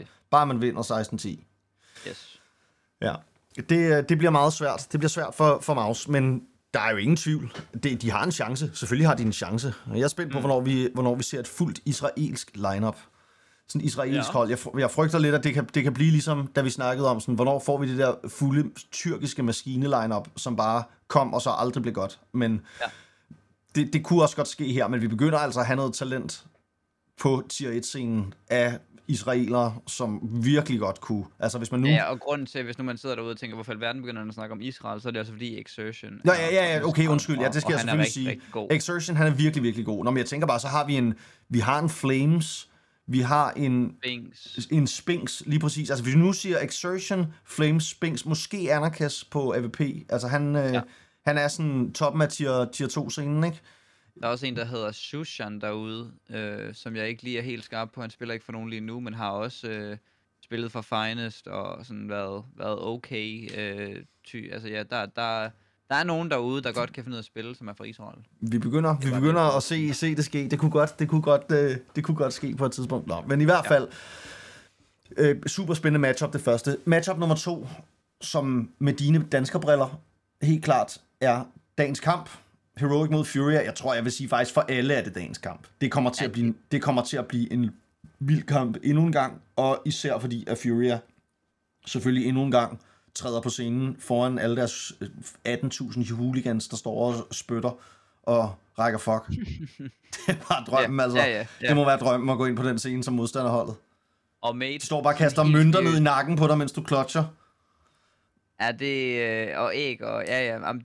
16-10. Yes. Ja. Det bliver meget svært. Det bliver svært for Maus, men der er jo ingen tvivl. De har en chance. Selvfølgelig har de en chance. Jeg er spændt på, hvornår vi ser et fuldt israelsk lineup. Sådan et israelsk hold. Jeg frygter lidt, at det kan blive ligesom, da vi snakkede om, sådan, hvornår får vi det der fulde tyrkiske maskine-lineup, som bare kom og så aldrig blev godt. Men det kunne også godt ske her, men vi begynder altså at have noget talent på tier 1-scenen af israelere, som virkelig godt kunne. Altså hvis man nu... Ja, og grunden til, hvis nu man sidder derude og tænker, hvorfor alverden begynder at snakke om Israel, så er det også fordi Exertion... Ja, okay, undskyld. Ja, det skal jeg selvfølgelig sige. Exertion, han er virkelig, virkelig god. Nå, men jeg tænker bare, så har vi har en Flames, vi har en Spinks, lige præcis. Altså hvis vi nu siger Exertion, Flames, Spinks, måske Anarchus på AVP. Altså han er sådan toppen af tier 2-scenen, ikke? Der er også en, der hedder Shushan derude, som jeg ikke lige er helt skarp på. Han spiller ikke for nogen lige nu, men har også spillet for Finest og sådan været okay. Altså ja, der er nogen derude, der godt kan finde ud af at spille, som er fra Israel. Vi begynder at se det ske. Det kunne godt ske på et tidspunkt. Nå, men i hvert fald super spændende matchup det første. Matchup nummer 2, som med dine danskerbriller helt klart er dagens kamp. Heroic mod Furia. Jeg tror, jeg vil sige faktisk for alle er det dagens kamp. Det kommer til at blive en vild kamp endnu en gang, og især fordi at Furia selvfølgelig endnu en gang træder på scenen foran alle deres 18.000 hooligans, der står og spytter og rækker fuck. Det er bare drømmen, altså. Ja. Det må være drømmen at gå ind på den scene som modstanderholdet. Og Mate, de står bare og kaster mønter ned i nakken på dig, mens du klotcher. Ja, det og æg og jamen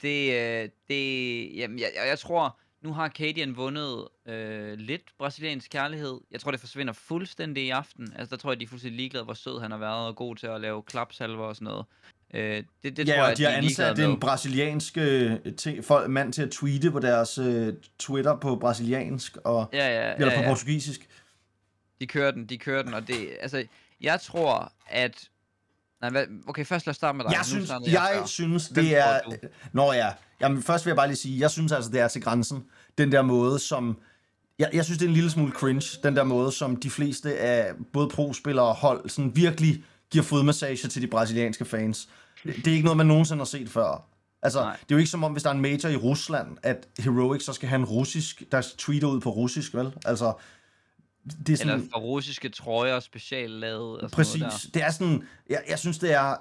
jamen jeg tror nu har Cadian vundet lidt brasiliansk kærlighed. Jeg tror det forsvinder fuldstændig i aften. Altså der tror jeg de er fuldstændig ligeglade hvor sød han har været og god til at lave klapsalver og sådan noget. Det tror jeg, de har ansat en brasiliansk mand til at tweete på deres Twitter på brasiliansk og eller på portugisisk. De kører den og det altså jeg tror at okay, først lad os starte med dig. Jeg synes det er... Nå ja, jamen først vil jeg bare lige sige, jeg synes altså, det er til grænsen. Den der måde, som... Jeg synes, det er en lille smule cringe, den der måde, som de fleste af både pro-spillere og hold sådan virkelig giver fodmassage til de brasilianske fans. Det er ikke noget, man nogensinde har set før. Altså, det er jo ikke som om, hvis der er en major i Rusland, at Heroic så skal have en russisk, der tweeter ud på russisk, vel? Altså... Det er sådan, eller for russiske trøjer specielt lavet og præcis. Noget der. Det er sådan jeg synes det er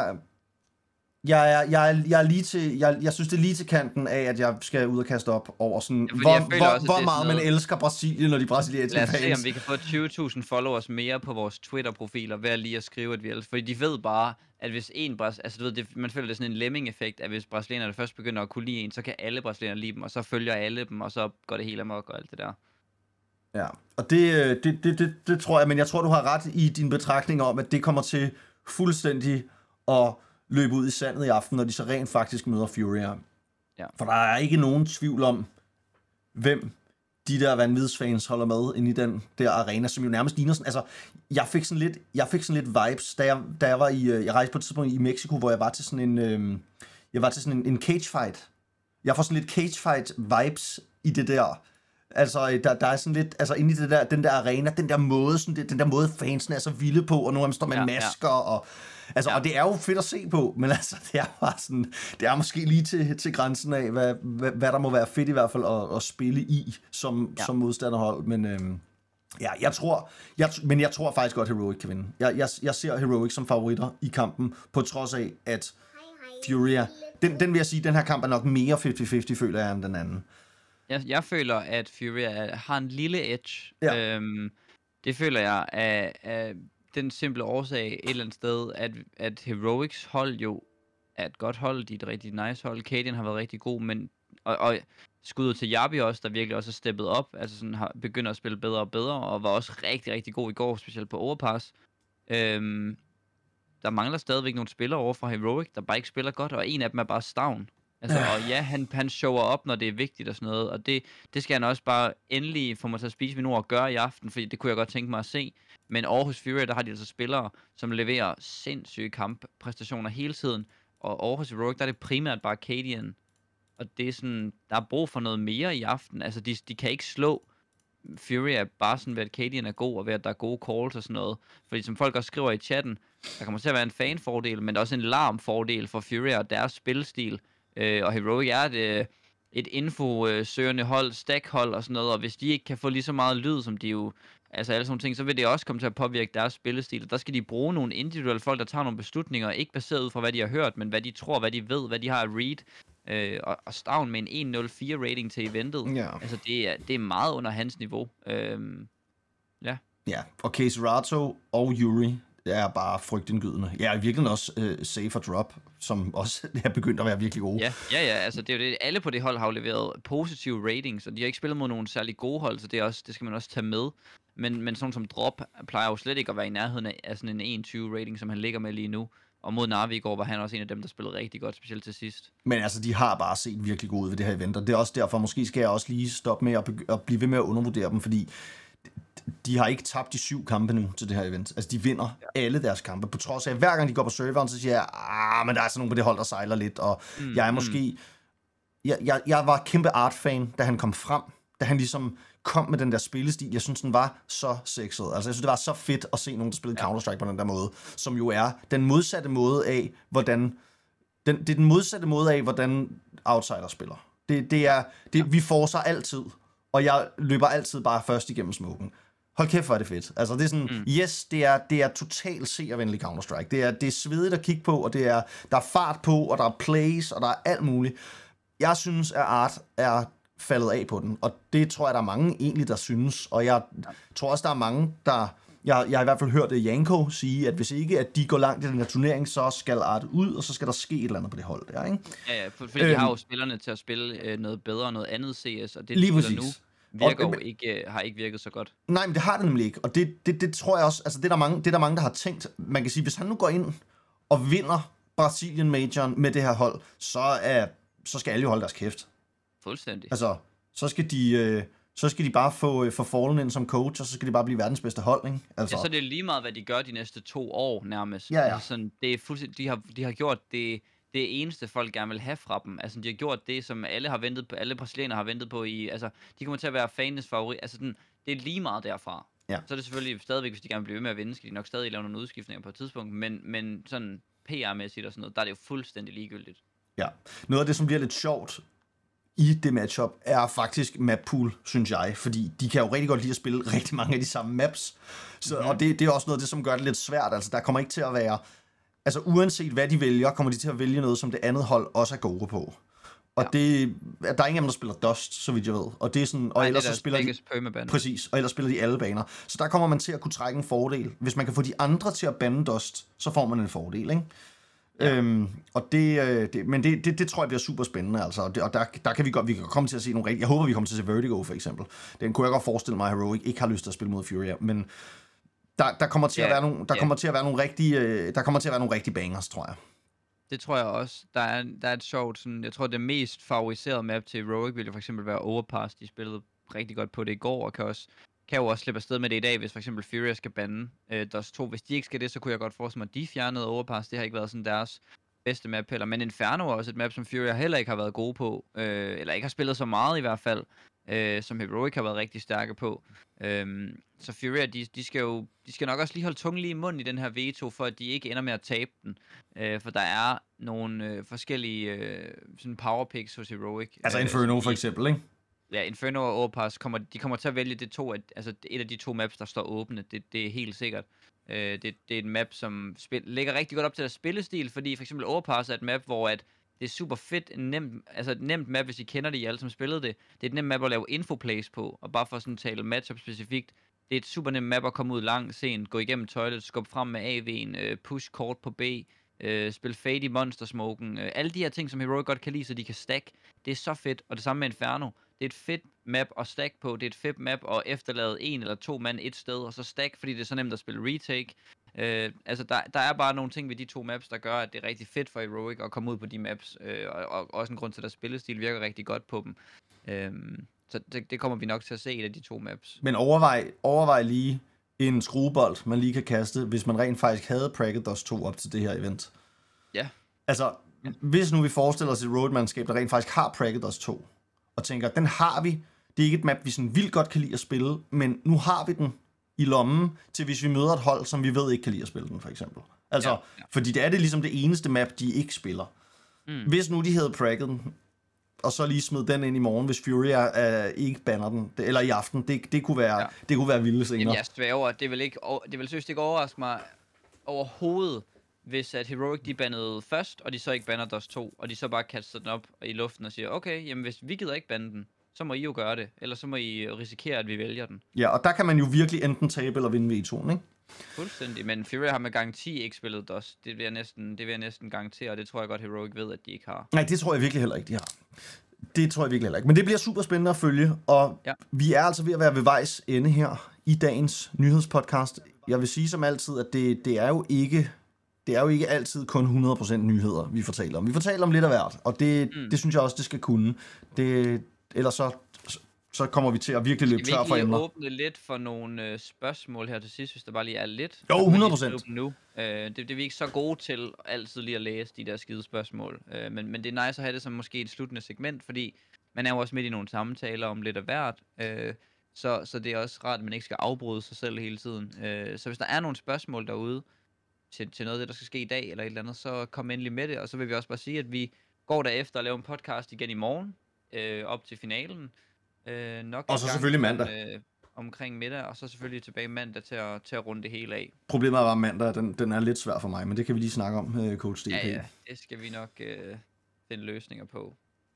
jeg er lige til jeg synes det er lige til kanten af at jeg skal ud og kaste op over sådan hvor meget man elsker Brasilien og de brasilianske fans. Lad os se om vi kan få 20.000 followers mere på vores Twitter profiler ved lige at skrive at vi elsker, fordi de ved bare at hvis altså du ved man føler det er sådan en lemming effekt at hvis brasilianerne først begynder at kunne lide en, så kan alle brasilianere lide dem og så følger alle dem og så går det hele amok og alt det der. Ja, og det tror jeg, men jeg tror, du har ret i din betragtning om, at det kommer til fuldstændig at løbe ud i sandet i aften, når de så rent faktisk møder Furia. Ja. For der er ikke nogen tvivl om, hvem de der vanvidsfans holder med inde i den der arena, som jo nærmest ligner sådan, altså, jeg fik sådan lidt vibes, da jeg var jeg rejste på et tidspunkt i Mexico, hvor jeg var til sådan en cage fight. Jeg får sådan lidt cage fight vibes i det der. Altså, der er sådan lidt, altså inde i det der, den der arena, den der måde fansen er så vilde på, og nogle af dem står med masker, og altså, og det er jo fedt at se på, men altså, det er bare sådan, det er måske lige til grænsen af, hvad der må være fedt i hvert fald at spille i, som modstanderhold, men jeg tror faktisk godt, Heroic kan vinde. Jeg ser Heroic som favoritter i kampen, på trods af, at Furia, den vil jeg sige, den her kamp er nok mere 50-50, føler jeg, end den anden. Jeg føler, at Furia har en lille edge. Ja. Det føler jeg af den simple årsag et eller andet sted, at Heroics hold jo er et godt hold. De er et rigtig nice hold. Cadian har været rigtig god, men og skuddet til Jabi også, der virkelig også er steppet op. Altså sådan har begyndt at spille bedre og bedre, og var også rigtig, rigtig god i går, specielt på overpass. Der mangler stadigvæk nogle spillere over fra Heroic, der bare ikke spiller godt, og en af dem er bare Stavn. Altså, og ja, han shower op, når det er vigtigt og sådan noget, og det skal han også bare endelig få mig til at spise mine ord og gøre i aften, fordi det kunne jeg godt tænke mig at se. Men Aarhus Fury, der har de altså spillere, som leverer sindssyge kamppræstationer hele tiden, og Aarhus Heroic, der er det primært bare Cadian. Og det er sådan, der er brug for noget mere i aften. Altså, de kan ikke slå Fury bare sådan ved, at Cadian er god, og ved, at der er gode calls og sådan noget. Fordi som folk også skriver i chatten, der kommer til at være en fanfordel, men også en larmfordel for Fury og deres spilstil. Og Heroic er et infosøgende hold, stackhold og sådan noget, og hvis de ikke kan få lige så meget lyd, som de jo, altså alle sådan nogle ting, så vil det også komme til at påvirke deres spillestil. Og der skal de bruge nogle individuelle folk, der tager nogle beslutninger, ikke baseret ud fra, hvad de har hørt, men hvad de tror, hvad de ved, hvad de har at read. Og Stavn med en 1.04 rating til eventet, altså det er meget under hans niveau. Ja, og Caserato og Yuri er bare frygtindgydende. Jeg er virkelig også safe at drop, som også er begyndt at være virkelig gode. Ja, altså det er jo det. Alle på det hold har jo leveret positive ratings, og de har ikke spillet mod nogle særlig gode hold, så det skal man også tage med. Men sådan som Drop plejer jo slet ikke at være i nærheden af sådan en 21 rating, som han ligger med lige nu. Og mod Navi i går var han også en af dem, der spillede rigtig godt, specielt til sidst. Men altså, de har bare set virkelig gode ud ved det her event, og det er også derfor, måske skal jeg også lige stoppe med at blive ved med at undervurdere dem, fordi de har ikke tabt de 7 kampe nu til det her event. Altså, de vinder alle deres kampe, på trods af, at hver gang de går på serveren, så siger jeg, men der er sådan nogle på det hold, der sejler lidt, og jeg er måske... Jeg var kæmpe Art-fan, da han kom frem, da han ligesom kom med den der spillestil. Jeg synes, den var så sexet. Altså, jeg synes, det var så fedt at se nogen, der spillede Counter-Strike på den der måde, som jo er den modsatte måde af, hvordan... Det er den modsatte måde af, hvordan Outsider spiller. Vi forcer altid, og jeg løber altid bare først igennem smoken. Hold kæft, hvor er det fedt. Altså, det er sådan, yes, det er totalt seervenlig Counter-Strike. Det er svedigt at kigge på, og der er fart på, og der er plays, og der er alt muligt. Jeg synes, at Art er faldet af på den, og det tror jeg, der er mange egentlig, der synes, og jeg tror også, der er mange, der... Jeg har i hvert fald hørt Janko sige, at hvis ikke at de går langt i den her turnering, så skal Art ud, og så skal der ske et eller andet på det hold der, ikke? Ja, fordi de har jo spillerne til at spille noget bedre, noget andet CS, og det de spiller nu har ikke virket så godt. Nej, men det har det nemlig ikke, og det tror jeg også, altså det er der mange, der har tænkt. Man kan sige, hvis han nu går ind og vinder Brasilien Majoren med det her hold, så skal alle jo holde deres kæft. Fuldstændig. Altså, så skal de bare få Fallen ind som coach, og så skal de bare blive verdens bedste hold, ikke? Altså. Ja, så er det lige meget, hvad de gør de næste 2 år nærmest. Ja. Altså sådan, det er fuldstændig, de har gjort det eneste, folk gerne vil have fra dem. Altså, de har gjort det, som alle har ventet på, alle brasilianere har ventet på i, altså, de kommer til at være fanes favorit. Altså, det er lige meget derfra. Ja. Så er det selvfølgelig stadigvæk, hvis de gerne vil blive ved med at vinde, skal de nok stadig lave nogle udskiftninger på et tidspunkt, men sådan PR-mæssigt og sådan noget, der er det jo fuldstændig ligegyldigt. Ja. Noget af det, som bliver lidt sjovt i det matchup, er faktisk map pool, synes jeg, fordi de kan jo rigtig godt lide at spille rigtig mange af de samme maps, så, og det er også noget af det, som gør det lidt svært. Altså, der kommer ikke til at være, altså uanset hvad de vælger, kommer de til at vælge noget, som det andet hold også er gode på. Og der er ingen af dem, der spiller Dust, så vidt jeg ved. Og det er sådan, og ellers så spiller de præcis, og ellers spiller de alle baner. Så der kommer man til at kunne trække en fordel. Hvis man kan få de andre til at bande Dust, så får man en fordel, ikke? Ja. Og det tror jeg bliver super spændende, altså. Og der kan vi kan komme til at se nogle rigtig. Jeg håber, vi kommer til at se Vertigo for eksempel. Den kunne jeg godt forestille mig, at Heroic ikke har lyst til at spille mod Furia, men der kommer til at være nogle, der kommer til at være nogle rigtige bangers, tror jeg. Det tror jeg også. Der er et sjovt sådan, jeg tror det mest favoriserede map til Heroic ville jo for eksempel være Overpass. De spillede rigtig godt på det i går, og kan jo også slippe afsted med det i dag, hvis for eksempel Furia skal bande Dust 2. Hvis de ikke skal det, så kunne jeg godt forestille mig, at de fjernede Overpass. Det har ikke været sådan deres bedste map heller. Men Inferno er også et map, som Furia heller ikke har været gode på. Eller ikke har spillet så meget i hvert fald. Som Heroic har været rigtig stærke på. Så Furia, de skal nok også lige holde tungen lige i munden i den her veto, for at de ikke ender med at tabe den. For der er nogle forskellige sådan power picks hos Heroic. Altså Inferno for eksempel, ikke? Ja, Inferno og Overpass kommer til at vælge et af de to maps, der står åbne. Det er helt sikkert. Det er et map, som ligger rigtig godt op til deres spillestil, fordi for eksempel Overpass er et map, hvor at det er super fedt, et nemt map, hvis I kender det, I alle som spillede det. Det er et nemt map at lave infoplays på, og bare for sådan at tale matchup specifikt. Det er et super nemt map at komme ud langt sent, gå igennem toilet, skubbe frem med AV'en, push kort på B, spille fade i monstersmoken. Alle de her ting, som Heroic godt kan lide, så de kan stack. Det er så fedt, og det samme med Inferno. Det er et fedt map at stack på. Det er et fedt map at efterlade 1 eller 2 mand et sted, og så stack, fordi det er så nemt at spille retake. Altså, der er bare nogle ting ved de to maps, der gør, at det er rigtig fedt for Heroic at komme ud på de maps. Og også en grund til, at deres spillestil virker rigtig godt på dem. Så det kommer vi nok til at se, et af de to maps. Men overvej lige en skruebold, man lige kan kaste, hvis man rent faktisk havde Pracket Dust 2 op til det her event. Ja. Altså, hvis nu vi forestiller os et roadmanskab, der rent faktisk har Pracket Dust 2, og tænker, den har vi. Det er ikke et map, vi sådan vildt godt kan lide at spille, men nu har vi den i lommen, til hvis vi møder et hold, som vi ved ikke kan lide at spille den, for eksempel. Altså, ja. Fordi det er det ligesom det eneste map, de ikke spiller. Hvis nu de havde pracket den, og så lige smed den ind i morgen, hvis Furia ikke banner den, eller i aften, det kunne være vilde scener. Jamen, jeg sværger, det vil seriøst ikke overraske mig overhovedet, hvis at Heroic de bandede først, og de så ikke banner Dust 2, og de så bare kaster den op i luften og siger, okay, jamen hvis vi gider ikke bande den, så må I jo gøre det, eller så må I risikere, at vi vælger den. Ja, og der kan man jo virkelig enten tabe eller vinde V2'en, ikke? Fuldstændig, men Furia har med garanti ikke spillet Dust. Det vil jeg næsten garantere, og det tror jeg godt Heroic ved, at de ikke har. Nej, det tror jeg virkelig heller ikke, de har. Det tror jeg virkelig heller ikke. Men det bliver super spændende at følge, og vi er altså ved at være ved vejs ende her i dagens nyhedspodcast. Jeg vil sige som altid, at det er jo ikke altid kun 100% nyheder, vi fortæller om. Vi fortæller om lidt af hvert, og det synes jeg også, det skal kunne. Ellers så kommer vi til at virkelig løbe tør for emner. Skal vi åbne lidt for nogle spørgsmål her til sidst, hvis der bare lige er lidt? Jo, 100%. Nu. Det er vi ikke så gode til altid lige at læse de der skide spørgsmål. Men det er nice at have det som måske et sluttende segment, fordi man er jo også midt i nogle samtaler om lidt af hvert. Så det er også rart, at man ikke skal afbryde sig selv hele tiden. Så hvis der er nogle spørgsmål derude til noget af det, der skal ske i dag, eller et eller andet, så kom endelig med det. Og så vil vi også bare sige, at vi går derefter og laver en podcast igen i morgen, op til finalen. Nok og så selvfølgelig mandag. Omkring middag, og så selvfølgelig tilbage mandag til at runde det hele af. Problemet er bare mandag, den er lidt svær for mig, men det kan vi lige snakke om, Coach DP. Ja, det skal vi nok finde løsninger på.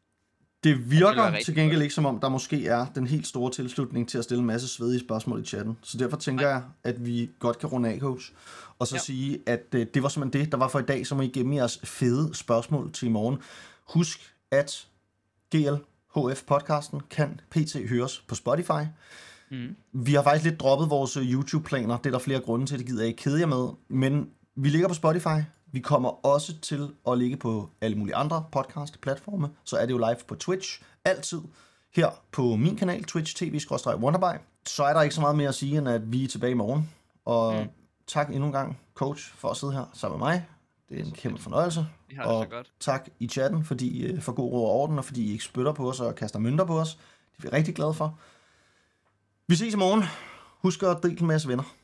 Det virker til gengæld ikke som om, der måske er den helt store tilslutning til at stille en masse svedige spørgsmål i chatten. Så derfor tænker jeg, at vi godt kan runde af, Coach. Og så sige, at det var simpelthen det, der var for i dag. Så må I gemme jeres fede spørgsmål til i morgen. Husk, at GLHF-podcasten kan pt. Høres på Spotify. Vi har faktisk lidt droppet vores YouTube-planer. Det er der flere grunde til, det gider jeg ikke kede jer med. Men vi ligger på Spotify. Vi kommer også til at ligge på alle mulige andre podcast-platforme. Så er det jo live på Twitch. Altid her på min kanal, Twitch TV/Wonderby. Så er der ikke så meget mere at sige, end at vi er tilbage i morgen. Og tak endnu en gang, Coach, for at sidde her sammen med mig. Det er en kæmpe fornøjelse. Vi har det og så godt. Tak i chatten, fordi I får god ro og orden, og fordi I ikke spytter på os og kaster mønter på os. Det er vi rigtig glade for. Vi ses i morgen. Husk at dele med jeres venner.